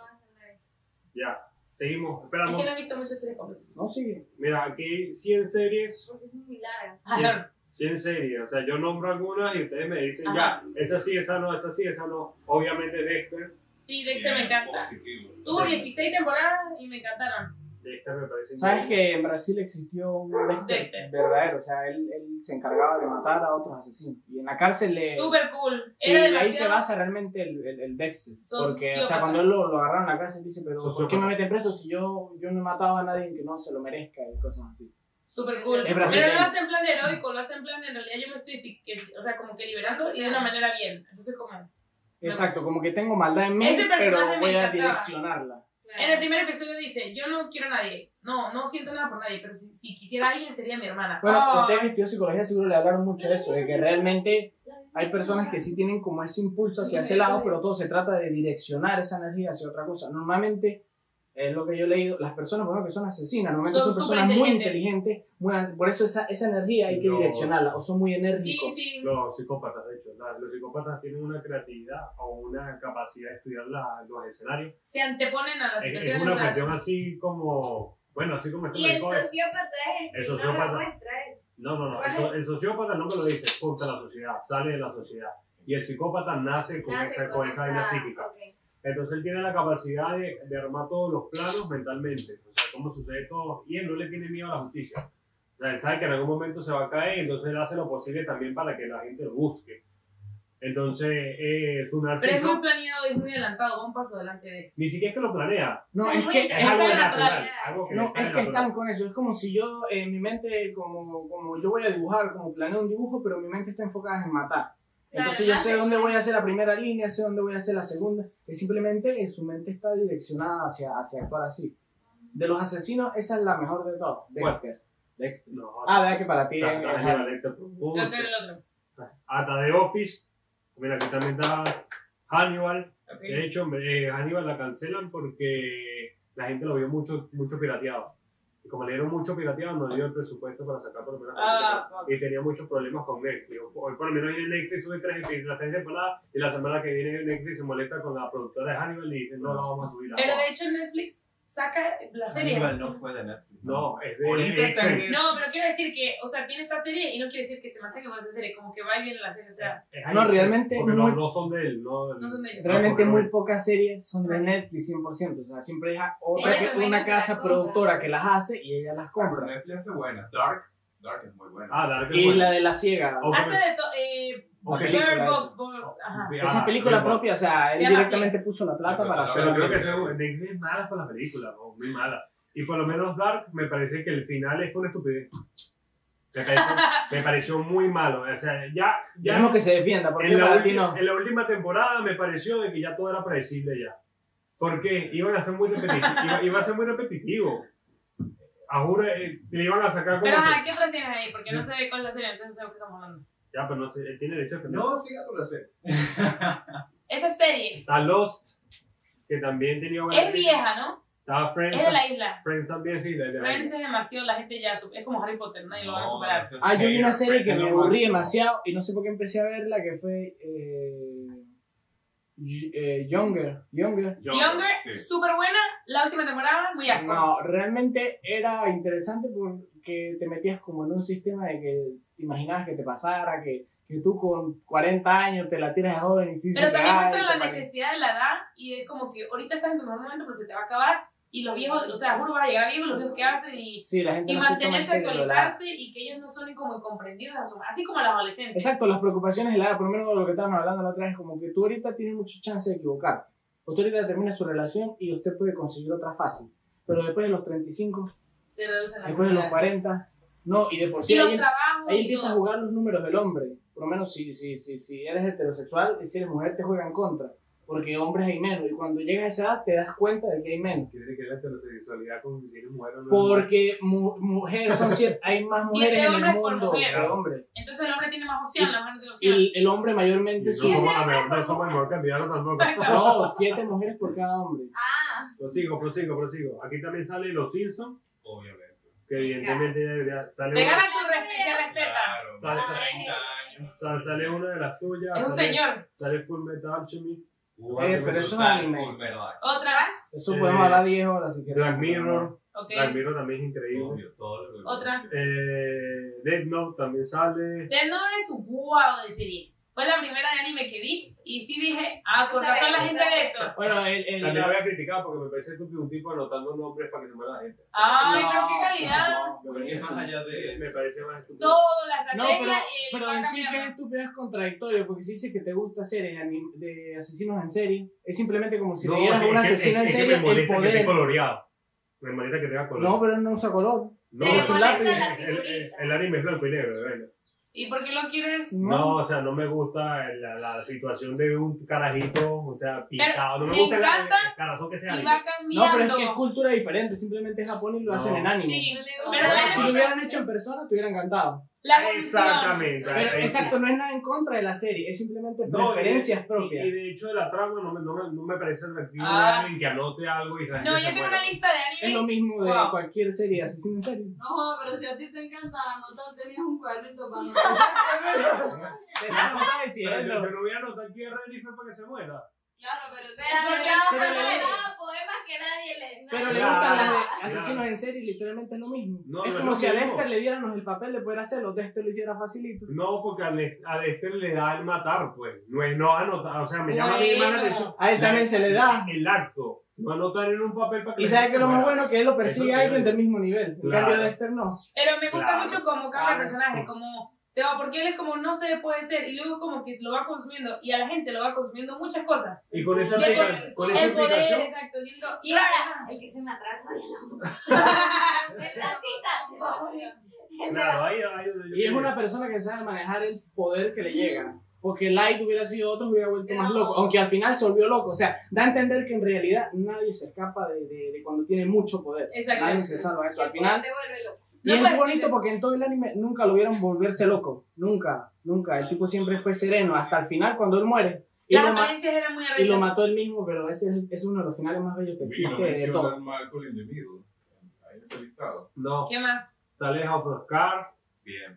Ya, seguimos. Es Esperamos. que no he visto muchas series completas. No, sigue. Mira, aquí 100 series. Porque son muy largas. Ajá. 100 series, o sea, yo nombro algunas y ustedes me dicen, Ajá. ya, esa sí, esa no, esa sí, esa no. Obviamente Dexter, Sí, Dexter me encanta. Positivo. Tuvo 16 temporadas y me encantaron. Dexter me parece ¿Sabes increíble. que en Brasil existió un Dexter, Dexter. verdadero? O sea, él se encargaba de matar a otros asesinos. Y en la cárcel le... Súper cool. Y Era ahí se demasiado. basa realmente el Dexter. Porque, o sea, Sociópata. cuando él lo agarraron en la cárcel, dice, pero ¿por qué Sociópata. me meten preso si yo no he matado a nadie que no se lo merezca y cosas así? Súper cool. Es Pero brasileño. no lo hacen en plan heroico, lo hacen en plan, en realidad yo me estoy, o sea, como que liberando y de una manera bien. Entonces, como. Exacto, como que tengo maldad en mí, Ese personaje pero me voy a encantaba. direccionarla. En el primer episodio dice: yo no quiero a nadie. No siento nada por nadie, pero si quisiera a alguien sería mi hermana. Bueno, Oh. ustedes que estudió psicología seguro le hablaron mucho de eso, de que realmente hay personas que sí tienen como ese impulso hacia ese lado, pero todo se trata de direccionar esa energía hacia otra cosa. Normalmente, es lo que yo he leído, las personas, por ejemplo, que son asesinas, normalmente Son son personas muy superinteligentes. inteligentes, por eso esa energía hay que Los- direccionarla, o son muy Sí, enérgicos. sí. Los psicópatas, de hecho, los psicópatas tienen una creatividad o una capacidad de estudiar los escenarios. Se anteponen a la Es situación. una o sea, cuestión así como, bueno, así como Y el Stephen Covey. sociópata es el El que no sociópata. lo muestra. No, ¿Cuál el sociópata no me lo dice, contra la sociedad, sale de la sociedad. Y el psicópata nace con Nace esa vaina psíquica. ok. Entonces él tiene la capacidad de armar todos los planos mentalmente, o sea, cómo sucede todo, y él no le tiene miedo a la justicia. O sea, él sabe que en algún momento se va a caer, entonces él hace lo posible también para que la gente lo busque. Entonces, su pero es narciso, muy planeado y es muy adelantado, va un paso delante de. ni siquiera es que lo planea, No, Son es muy que es algo sale natural, natural. algo que no, le es sale que natural. están con eso. Es como si yo en mi mente, como yo voy a dibujar, como planeo un dibujo, pero mi mente está enfocada en matar. Entonces yo Claro, sé dónde voy a hacer la primera línea, sé dónde voy a hacer la segunda. Es simplemente su mente está direccionada hacia actuar así. De los asesinos, esa es la mejor de todas. Dexter. Dexter. No, Vea que para ti es... Hannibal Lecter, Creo que era el otro. hasta The Office, mira, aquí también está Hannibal. Ok. De hecho, Hannibal la cancelan porque la gente lo vio mucho pirateado. Y como le dieron mucho pirateado, no le dio el presupuesto para sacar por lo menos. Fuck. Y tenía muchos problemas con Netflix. Hoy por lo menos en Netflix sube las 3 temporadas y la semana que viene Netflix se molesta con la productora de Hannibal y dice no la vamos a subir. Pero de hecho Netflix saca la serie. Hannibal no fue de Netflix. No, es de Ahorita está en Excel. Netflix. No, pero quiero decir que, o sea, tiene esta serie y no quiere decir que se mantenga con esa serie, como que va y viene la serie, o sea, Es No, Excel, realmente porque muy- no son de él. No son de ellos. Realmente porque muy pocas series son de Netflix 100%. O sea, siempre hay otra Ellos son una buenos que casa las compran. productora que las hace y ella las Pero compra. Netflix hace buenas. Dark Dark es muy bueno. Ah, Dark es Y bueno. la de la ciega. Ok. Hace de Ok. Bird Box, ajá. Esa es película propia, o sea, él Se llama directamente puso la plata para hacer. Pero creo que son de malas para las películas, ¿no? Muy malas. Y por lo menos Dark me parece que el final fue una estupidez. Me pareció muy malo. O sea, ya Dejemos que se defienda, porque en la, para ti no. en la última temporada me pareció de que ya todo era predecible ya. Porque iban a ser muy repetitivos. Iba a ser muy repetitivo. A juro, le iban a sacar como Pero que- ajá, ¿qué otras tienes ahí? Porque no sé de cuál es la serie, entonces no sé de qué estamos hablando. Ya, pero no sé, él tiene derecho a defender. No, siga con la serie. Esa serie Está Lost, que también tenía buena es crítica. vieja, ¿no? Estaba Friends. Es de la isla. Friends también, sí, de la Friends isla. es demasiado, la gente ya, es como Harry Potter, nadie lo va a No, superar. ese es Ah, yo vi una hater, serie que Friends me es lo aburrí máximo. demasiado y no sé por qué empecé a verla, que fue Younger. Younger, Sí. súper buena, la última temporada, muy asco. No, realmente era interesante porque te metías como en un sistema de que te imaginabas que te pasara, que tú con 40 años te la tiras de joven y sí Pero se te también va, muestra y la te parece- necesidad de la edad y es como que ahorita estás en tu mejor momento, pero se te va a acabar. Y los viejos, o sea, juro vas a llegar viejo, los viejos que hacen y Sí, la gente y no se toma en mantenerse, serio la edad. actualizarse y que ellos no son como incomprendidos, así como los adolescentes. Exacto, las preocupaciones de la edad, por lo menos lo que estábamos hablando la otra vez, como que tú ahorita tienes mucha chance de equivocarte. Usted ahorita termina su relación y usted puede conseguir otra fácil. Pero después de los 35, Se reducen las después de los necesidades. 40, no, y de por sí Y los ahí, trabajos. ahí y empieza a todo. jugar los números del hombre. Por lo menos si eres heterosexual y si eres mujer te juegan contra. Porque hombres hay menos. Y cuando llegas a esa edad te das cuenta de que hay menos. Tiene que ver la heterosexualidad con si eres mujer o no. Porque mujeres son hay más mujeres en el hombres por mundo mujer. que hombres. Entonces el hombre tiene más opción, la mujer no tiene opción. Y el hombre mayormente No su... somos el mejor candidato tampoco. No, 7 mujeres por cada hombre. Ah, Prosigo. Aquí también sale Los Simpsons, Obviamente. que evidentemente ya sale Se una, gana su se respeta. Claro, Sale- más de 30 años. sale una de las tuyas. Es un sale- señor. Sale Full Metal Alchemy, Pero eso es Total, anime. full verdad. Otra. Eso podemos hablar 10 horas si queremos. Black Mirror. Ok. Black Mirror también es increíble. Obvio, todo lo que- Otra. Death Note también sale. Death Note es wow de serie. Fue la primera de anime que vi y sí dije, con razón la gente ve eso. Bueno, También lo voy a criticar porque me parece estúpido un tipo anotando nombres para que se muera la gente. Ay, No, pero qué calidad. no, Porque más allá de Me eso, parece más estúpido. Todo, la No, estrategia pero y en sí que es estúpido es contradictorio, porque si dices que te gusta series de asesinos en serie, es simplemente como si le dieras a un asesino en serie me molesta el que esté poder. coloreado. Me molesta que tenga color. No, pero él no usa color. No, Te es un molesta lápiz. la el figurita. anime es blanco y negro, de verdad. ¿Y por qué lo quieres? No, o sea, no me gusta la situación de un carajito, o sea, pintado. No me me gusta encanta el carazón que sea. Y va No, cambiando. pero es que es cultura diferente, simplemente es Japón y lo No. hacen en anime. Sí, no le pero gusta. Si lo hubieran hecho en persona, te hubiera encantado. la evolución. Exactamente. Pero, ahí sí. exacto, no es nada en contra de la serie, es simplemente No, preferencias y propias. de hecho, de la trama no me parece atractivo Ah. alguien que anote algo y se No, yo tengo una lista de Es lo anime. mismo de Wow. cualquier serie de asesino en serie. No, pero si a ti te encanta anotar, tenías un cuadrito para anotar. Yo no voy a anotar quién es Rennifer para que se muera. Claro, pero Pero Pero no, le- no, poemas que nadie le. Pero nadie le gustan las de le- asesinos en serie, literalmente es lo mismo. No, es no es como lo si a mismo. Dexter le diéramos el papel de poder hacerlo, Dexter lo hiciera facilito. No, porque a Dexter le da el matar, pues. No es no anotar. O sea, me llama a mí Bueno. la atención. A él también se le da. El acto. No anotar en un papel para que Y la sabes gente que lo se más muera. bueno que él lo persigue Eso a alguien digo. del mismo nivel. En Claro. cambio Dexter no. Pero me gusta Claro. mucho cómo cambia el personaje, como se va, porque él es como no se puede ser, y luego como que se lo va consumiendo, y a la gente lo va consumiendo muchas cosas. Y con esa, Y el explica- con esa El poder, explicación. exacto. Y Y ahora, el que se me atrasa es la cita. Claro, ahí. Y es una persona que sabe manejar el poder que le llega. Porque Light hubiera sido otro, hubiera vuelto más loco. Aunque al final se volvió loco. O sea, da a entender que en realidad nadie se escapa de cuando tiene mucho poder. Exacto. Nadie se salva de eso. Al final. Te vuelve loco. Y No es puede bonito ser eso. porque en todo el anime nunca lo vieron volverse loco. Nunca. El tipo siempre fue sereno. Hasta el final, cuando él muere. Y Las lo, apariencias eran muy y lo arrechas. mató él mismo, pero ese es uno de los finales más bellos que Y no existe de todo. mencionan Malcolm in the Middle. Ahí en ese listado. No, ¿Qué más? sale House of Cards, Bien.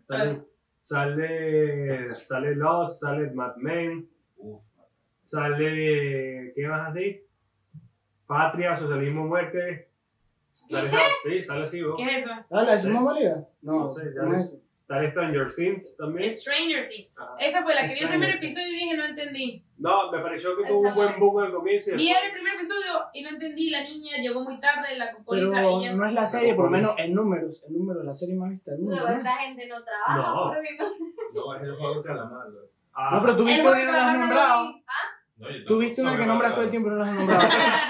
sale Lost, sale Mad Men, Uf. sale. ¿Qué vas a decir? Patria, Socialismo, Muerte. Sale, sí, sale así, ¿no? ¿Qué es eso? ¿Ah, la decimos válida? No, No sé, ya no ves. es eso. Está Stranger Things también. Stranger Things. Ajá. Esa fue la que vi el Stranger primer Things. episodio y dije, no entendí. No, me pareció que Esa tuvo un buen no. boom al comienzo. y Vi después- el primer episodio y no entendí. La niña llegó muy tarde, la cocoliza Pero y ya. no es la serie, por lo menos en números, la serie más vista del mundo. Luego ¿no? esta gente no trabaja No. porque no sé. No, es el juego de calamar. loco. Ah, No, pero tú El viste juego que de no lo has calamar no lo nombrado. vi. No, yo Tú viste una que nombras todo el tiempo y no lo has nombrado.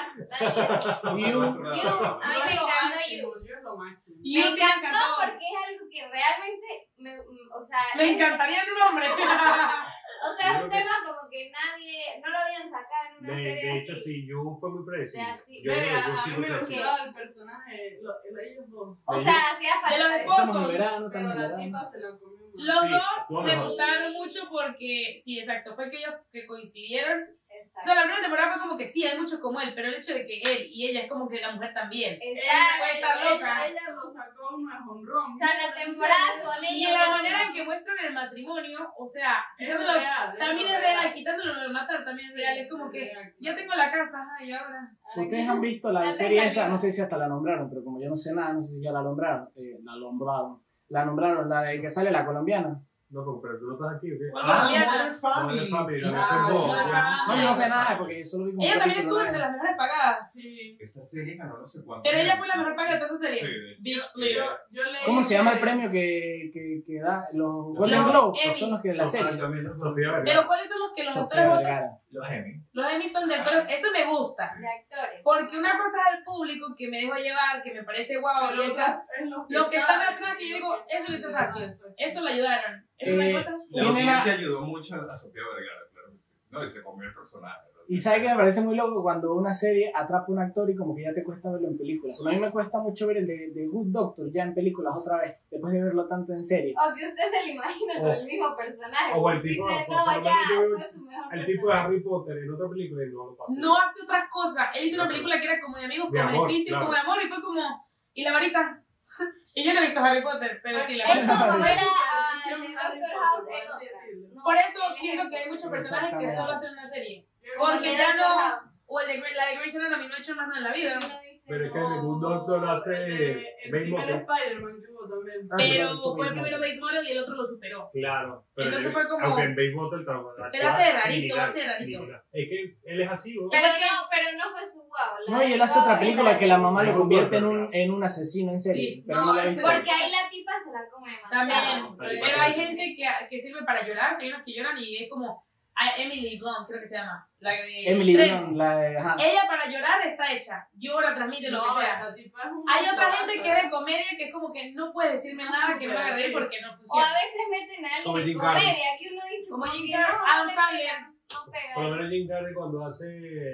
You. A mí me encantó You. Yo es lo máximo. Y Me yo sí me encantó encantó. porque es algo que realmente o sea, Me encantaría en un hombre. o sea, es Yo un creo que- tema como que nadie, no lo habían sacado en una serie de hecho, así. sí, You fue muy predecible. O sea, sí. Yo creo que Verga, You a sí mí fue me predecible. gustaba el personaje, ellos dos. O de sea, hacía De los falta. esposos. Estamos en verano, Pero estamos en la verano. tipa se la comió. Los Sí, dos estuvo me mejor. gustaron mucho porque, sí, exacto, fue que ellos que coincidieron. O Exacto. sea, la primera temporada fue como que sí, hay muchos como él, pero el hecho de que él y ella es como que la mujer también. Exacto. puede estar loca. Ella lo sacó una jonrón. O sea, la temporada con Y ellos. en la manera en que muestran el matrimonio, o sea, quitándolos, también es real, quitándolo lo de matar también es Sí, real, es como que ya tengo la casa, ajá, y ahora. Ustedes han visto la La serie tengo esa, yo. no sé si hasta la nombraron, pero como yo no sé nada, no sé si ya la nombraron. La nombraron, la de que sale la colombiana. No, pero tú no estás aquí, ¿o qué? ¿Cuál Ah, colombiana? Modern Family. Modern Family, la Ah, mejor voz. Modern Family. No, yo no sé nada porque yo solo vi como Ella un también capítulo estuvo entre nada las mejores pagadas, Sí. Esta serie ganó no sé cuánto. pero ella fue la mejor pagada de toda esa serie. Sí, de- Bitch, please. Yo leí ¿Cómo se llama el que- premio que da? Los Golden Los Globes, Emmys. son los que de la Ah, serie. también los Sofía Vergara. Pero ¿cuáles son los que los Sofía actores votan? Vergara. Los Emmy. Los Emmys son de actores, eso me gusta. De actores. Porque una cosa es el público que me dejo llevar, que me parece guau, y Pero el cast, otras es los que están saben, atrás que yo digo, los que eso lo hizo saben, fácil. eso. eso lo ayudaron. Es una cosa. La ¿Quién audiencia ayudó mucho a Sofía Vergara, claro que sí. No, y se comió el personaje. ¿no? Y sabes que me parece muy loco cuando una serie atrapa a un actor y como que ya te cuesta verlo en películas. A mí me cuesta mucho ver el de Good Doctor ya en películas otra vez, después de verlo tanto en serie. O que usted se lo imagina con el mismo personaje. O el tipo, Dice, por no, lo menos ya, yo veo fue su mejor El tipo de personaje. Harry Potter en otra película y no lo pasó. No hace otra cosa. Él hizo una película que era como de amigos, De con amor, beneficios, claro. como de amor, y fue como. ¿Y la varita? Y yo no he visto Harry Potter, pero sí la Es como Harry ver Potter. a Doctor House en otra. No, Por eso él es siento el- que hay muchos personajes que Exactamente. solo hacen una serie. como Porque el ya Doctor no. House. O el de la de Grey's Anatomy no ha hecho más nada en la vida. Uno dice, Pero es que no. el Good Doctor hace El Babe primer Motel. Spider-Man que hubo también. Pero fue el primero Bates Motel y el otro lo superó. Claro. Pero Entonces él- fue como- Aunque en Babe Motel Pero hace rarito, hace rarito. Es que él es así, ¿no? Pero no fue su guau. No, y él hace otra película que la mamá lo Good convierte Doctor, en un asesino en serie, Sí. pero No, no la he ese- visto. Porque ahí la tipa se la come demasiado. También. No, Pero hay gente que sirve para llorar. Hay unos que lloran y es como. Emily Blunt, creo que se llama. La de Emily Tren. Blunt, la de... Ajá. Ella para llorar está hecha. Llora, transmite lo que sea. esa tipa es un Hay otra actorazo, gente que es de comedia que es como que no puede decirme No, nada que no me haga reír súper porque no O a funciona. veces meten a Como alguien en Jim Carrey. comedia que uno dice. Como Jim que Carrey, no, Adam no le Sandler. pega, no pega. Por lo menos Jim Carrey cuando hace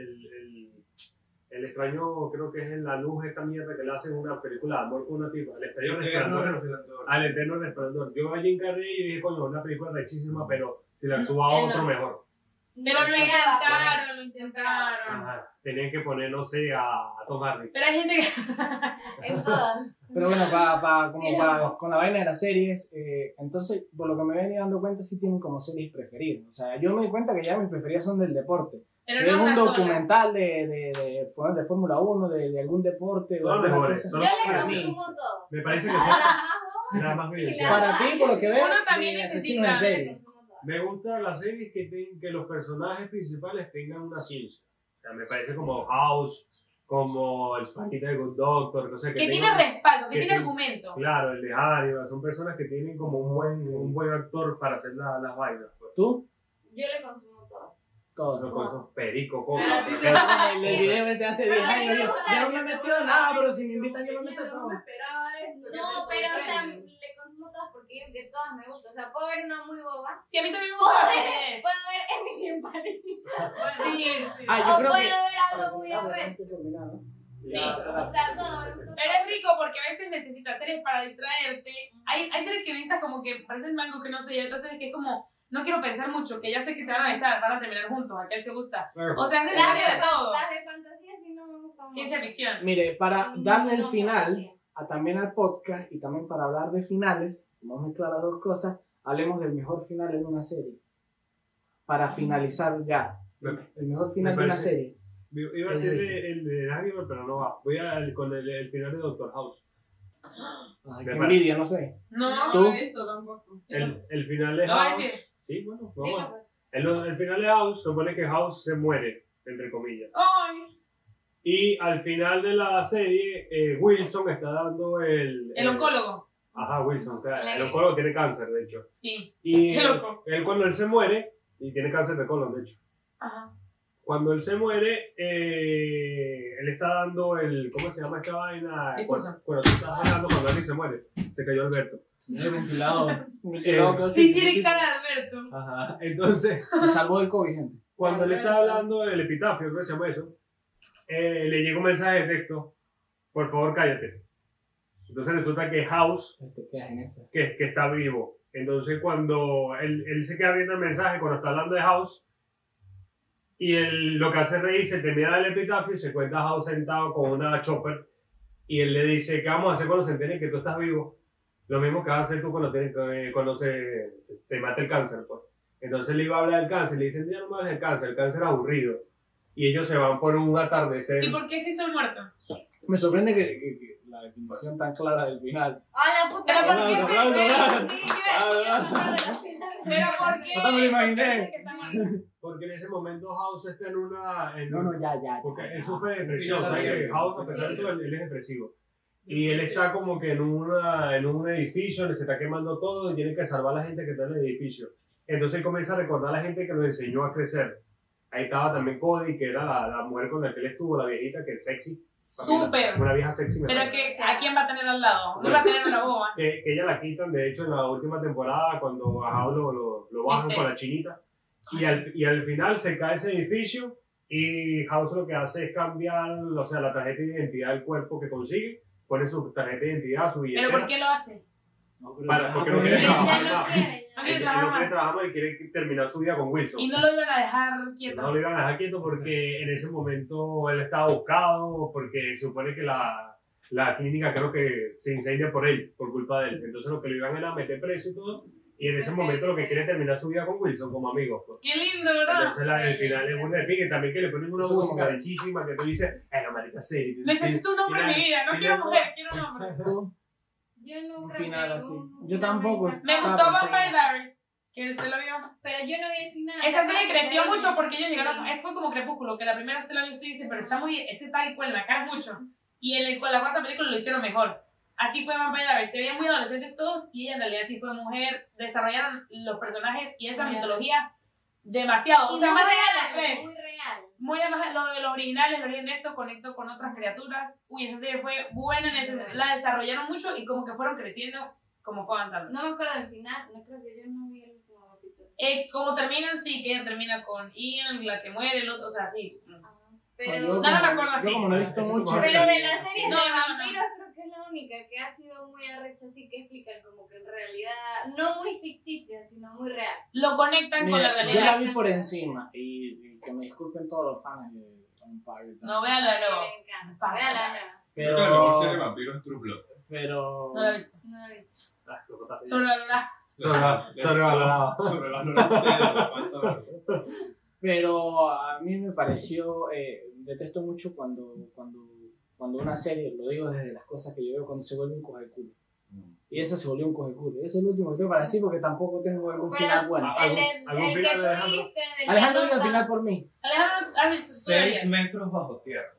el extraño, creo que es en La Luz, esta mierda que le hacen una película de amor con una tipa. El extraño resplandor. Al eterno resplandor. Yo a Jim Carrey y dije, coño, una película rechísima, pero si la actuaba él no. otro mejor. Pero No lo pegaba, intentaron, lo intentaron. Ajá. Tenían que poner, no sé, a Tom Hardy. Pero hay gente que. En todas. Pero bueno, Sí, con la vaina de las series, entonces, por lo que me he venido dando cuenta, sí tienen como series preferidas. O sea, yo me di cuenta que ya mis preferidas son del deporte. Pero Si no es es un una sola. documental de Fórmula 1, de algún deporte Son o alguna mejores, cosa. son Yo le para mí. consumo todo. Me parece que A son las más dos, las más y vivenciales. Para ti, por lo que veo, Uno también de necesita- asesinos en le serie. consumo todas. Me gustan las series que los personajes principales tengan una ciencia. O sea, me parece como House, como el panita de Good Doctor, no sé, Que tiene tengan- respaldo, que que tiene tiene- argumento. Claro, el de Hannibal, son personas que tienen como un buen actor para hacer las vainas. Pues. ¿Tú? Yo le consumo todo. Todo. No, con esos perico, coca. El video ese hace 10 años, yo no me he metido nada, pero si me invitan yo me meto No todo. me esperaba esto. No, pero o sea, le consumo todas porque digo que todas me gustan. O sea, puedo ver una muy boba. Sí, a mí también me gusta la Puedo estupidez. ver Emily en París. Sí. Ah, O yo creo puedo que... ver algo muy arrecho. Sí. O sea, todo me gusta. Pero es rico porque a veces necesitas series para distraerte. Hay series que necesitas como que parecen algo que no sé, y otras series que es como, no quiero pensar mucho, que ya sé que se van a besar, van a terminar juntos, a aquel se gusta. O sea, es Las necesario de todo. de fantasía sí no me gustan mucho. Ciencia ficción. Mire, para No, darle el no, final fantasía. también al podcast y también para hablar de finales, vamos a mezclar las dos cosas, hablemos del mejor final en una serie. Para finalizar ya. El mejor final de una parece- serie. Iba a decir el de Hannibal, pero no va. Voy con el final de Doctor House. Ay, Me qué parece. envidia, no sé. No, ¿Tú? No lo he visto tampoco. El final de Lo voy a House. decir. Sí, bueno, Dilo, vamos. pues. El final de House supone que House se muere, entre comillas. Ay, Y al final de la serie, Wilson está dando el oncólogo. Ajá, Wilson. Claro, el Le- oncólogo tiene cáncer, de hecho. Sí. Y Qué loco. él cuando él se muere, y tiene cáncer de colon, de hecho. Ajá. Cuando él se muere, él está dando el... ¿Cómo se llama esta vaina? Discurso. Cuando tú estás hablando cuando alguien se muere. Se cayó Alberto. El ventilador. quedó Sí, chiquitito. tiene cara de Alberto. Ajá. Entonces, Se salvó del COVID, gente. cuando él está hablando del epitafio, creo que se llama eso, le llega un mensaje de texto. Por favor, cállate. Entonces resulta que House, Te quedas en esa. que está vivo. Entonces cuando él se queda viendo el mensaje, cuando está hablando de House, y él lo que hace es reírse, termina el epitafio y se encuentra a House sentado con una chopper, y él le dice, ¿qué vamos a hacer cuando se enteren que tú estás vivo? Lo mismo que vas a hacer tú cuando te mata el cáncer, pues. Entonces le iba a hablar del cáncer, le dicen, ya no me hables del cáncer, el cáncer es aburrido. Y ellos se van por un atardecer. ¿Y por qué se hizo el muerto? Me sorprende que la definición tan clara del final. ¡Ah, la puta! ¿Pero por qué No, se no, no, hizo? no. Sí, yo me acuerdo de la final. ¿Pero por qué? Yo también lo imaginé. ¿Por qué dice que está muerto? Porque en ese momento House está en una... No, ya. Porque ya. él sufre de depresión, Sí, yo ¿sabes? también. Que House, a pesar de todo, él es depresivo. Y él está como que en un edificio donde se está quemando todo y tiene que salvar a la gente que está en el edificio. Entonces él comienza a recordar a la gente que lo enseñó a crecer. Ahí estaba también Cody, que era la mujer con la que él estuvo, la viejita, que es sexy. Súper. Una vieja sexy. me Pero parece. que, ¿a quién va a tener al lado? No va a tener una boba. Que ella la quitan, de hecho, en la última temporada, cuando a House lo bajan ¿Viste? con la chinita. Y al final se cae ese edificio y House lo que hace es cambiar, o sea, la tarjeta de identidad del cuerpo que consigue, pone su tarjeta de identidad, su billetera. ¿Pero por qué lo hace? No, pero Porque ya, no quiere Él trabajar ya no más. quiere. No ya. quiere Él trabajar no quiere más. trabajar más y quiere terminar su vida con Wilson. Y no lo iban a dejar quieto. No lo iban a dejar quieto porque en ese momento él estaba buscado, porque se supone que la clínica creo que se incendia por él, por culpa de él. Entonces lo que lo iban era a meter preso y todo. Y en ese momento lo que quiere es terminar su vida con Wilson como amigos. Pues. Qué lindo, ¿verdad? Entonces el final es una de pique, también que le ponen una Eso música como- bellísima que tú dices, la marica serie. Necesito un hombre en mi vida. No quiero mujer, quiero un hombre. Yo nunca Un final vi así. un Yo final tampoco. muy Me bacán. gustó Ah, Vampire Diaries. Que usted lo vio. Pero yo no vi el final. Esa serie Aparte, creció yo- mucho porque ellos llegaron. Sí. Fue como Crepúsculo, que la primera usted la vio y usted dice, pero está muy. Ese tal cual, la cara es mucho. Y con la cuarta película lo hicieron mejor. Así fue Vampire Diaries. Se veían muy adolescentes todos y ella en realidad sí fue mujer. Desarrollaron los personajes y esa Muy mitología demasiado. Y O sea, muy más allá de las real, tres. muy real. Muy además lo de los originales, el origen de esto, conecto con otras criaturas. Uy, esa serie fue buena, la desarrollaron mucho y como que fueron creciendo como fue avanzando. No me acuerdo del final. No creo que yo no vi el último capítulo. Como terminan, sí, que ella termina con Ian, la que muere, el otro, o sea, sí. Pero, Yo Nada como- me acuerdo así. Yo como no he visto Eso mucho. como- pero de las series No, de no, no. vampiros creo que es la única que ha sido muy arrecha, así que explican como que en realidad, no muy ficticia, sino muy real. Lo conectan con la Mira, yo realidad. la vi por encima y que me disculpen todos los fans de Vampire. No, véanla de nuevo. Me encanta. Véala de nuevo. Creo que la mejor serie de Pero, vampiros es True Blood. pero No la he visto. No la vi. Ah, lo botaste. Sobrevalorada. Sobrevalorado. Sobrevalorado. Pero a mí me pareció, detesto mucho cuando una serie, lo digo desde las cosas que yo veo, cuando se vuelve un coge culo. Y esa se volvió un coge culo. Ese es el último que tengo para decir porque tampoco tengo algún Pero final bueno. Ah, El ¿algún que final, tú Alejandro? viste del Alejandro diga el Mendoza, final por mí. Alejandro, ¿has visto? 6 metros bajo tierra.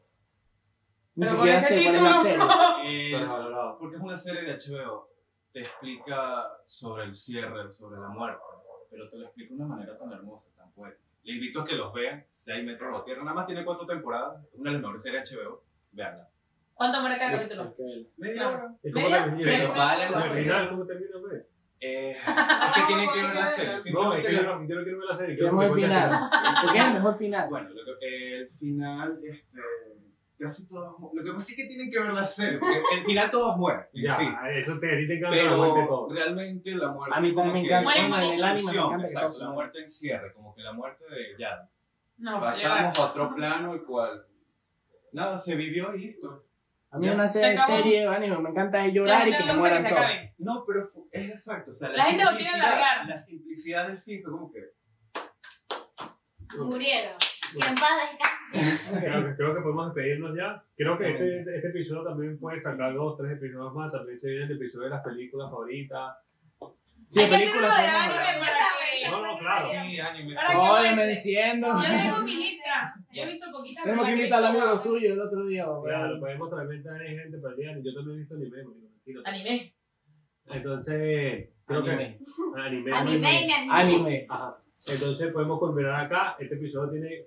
Ni Pero siquiera con ese sé cuál es la serie. Eh, Sobrevalorado. porque es una serie de HBO. Te explica sobre el cierre, sobre la muerte. Pero te lo explica de una manera tan hermosa, tan poética. Le invito a que los vean. 6 metros bajo tierra. Nada más tiene 4 temporadas. Es una de las mejores series de HBO. Veanla. ¿Cuánto muere cada capítulo? Hay que verla. Media hora. ¿Y cómo Media- termina? Pero vale la Al pena. final, ¿cómo termina, pues? Es que tienen que ver la serie. No, es Simplemente que yo no quiero ver la serie. quiero Queremos que el me cuentes final. Porque es el mejor final. Bueno, el final, casi todos. Lo que pasa es que tienen que ver la serie, porque el final todos mueren. en Ya, sí. eso a ti te encanta la muerte Pero todo. realmente la muerte. A mí como también me que- encanta. Mueren, Bueno, en el anime me Conclusión, encanta que exacto, todos la se muerte en cierre, como que la muerte de ya. No, Pasamos a otro plano, el cual. Nada, se vivió y listo. A mí Ya. una Se acabó. serie de anime me encanta es Que a la llorar y gente que le se gusta que mueran se todos. acabe. No, pero es exacto. O sea, La gente lo quiere simplicidad- alargar. La simplicidad del fin fue como que. Murieron. Que en paz descanse. Creo que podemos despedirnos ya. Creo que este episodio también puede sacar 2 o 3 episodios más. También se viene el episodio de las películas favoritas. Sí, Hay que hacer uno películas de tenemos, anime para que... No, claro. Sí, anime. Para que Oye, me muestre. enciendo. Yo tengo mi lista. Yo he visto poquitas. Tenemos que pero invitar al la que he amigo visto- suyo el otro día. Claro, podemos también tener gente para el día. Yo también he visto anime, marico, tranquilo. Anime. Entonces, creo Anime. que. Anime. Anime y anime. Anime. Ajá. Entonces podemos culminar acá. Este episodio tiene.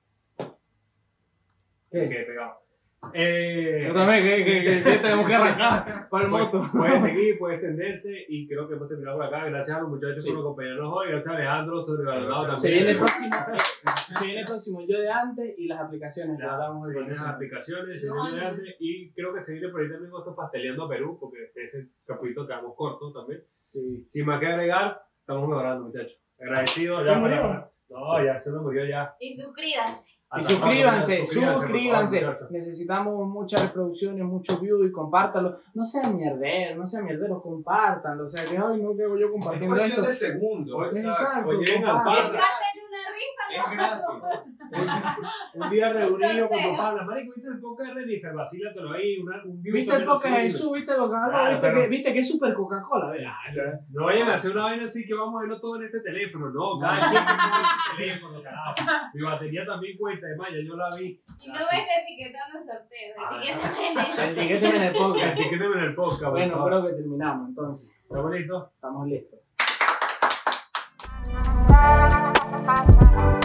¿Qué? Que pegado. Yo también, que tenemos que arrancar para el moto. Puede seguir, puede extenderse y creo que hemos terminado por acá. Gracias a los muchachos Sí. por acompañarnos hoy. Gracias a Alejandro, sobrevalorado también. Se viene el próximo yo de antes y las aplicaciones que Ya, hablamos se hoy. vienen las aplicaciones, se viene de antes y creo que se viene por ahí también otro pasteleando a Perú, porque ese capítulo quedamos corto también. Sí. Sin más que agregar, estamos mejorando, muchachos. Agradecido ya ¿Te murió? No, ya se me murió ya. Y suscríbanse. Y Hasta suscríbanse, por favor, suscríbanse. muchachos. Necesitamos muchas reproducciones, muchos views y compártanlo. No sean mierderos, compártanlo. O sea, que hoy no quedo yo Es compartiendo cuestión esto. de segundos. Exacto, Oye, lleguen al compartan. par. Comparten una rifa. Es gratis. Un día reunido con sorteo. tu pana. Marico, ¿viste el podcast de Renifer? Vacílatelo ahí. Un view ¿Viste el también podcast de así. Jesús? ¿Viste lo que habló? Claro, pero- ¿Viste que es super Coca-Cola? ¿Verdad? No vayan a hacer una vaina así que vamos a verlo todo en este teléfono. No, cada quien que ponga su teléfono, carajo. Mi batería también cuenta, además, ya yo la vi. Y no ves etiquetando el sorteo. Etiquetando en el. Etiquétenme en el podcast. Etiquéteme en el podcast, por Bueno, favor. creo que terminamos entonces. ¿Estamos listos? Estamos listos.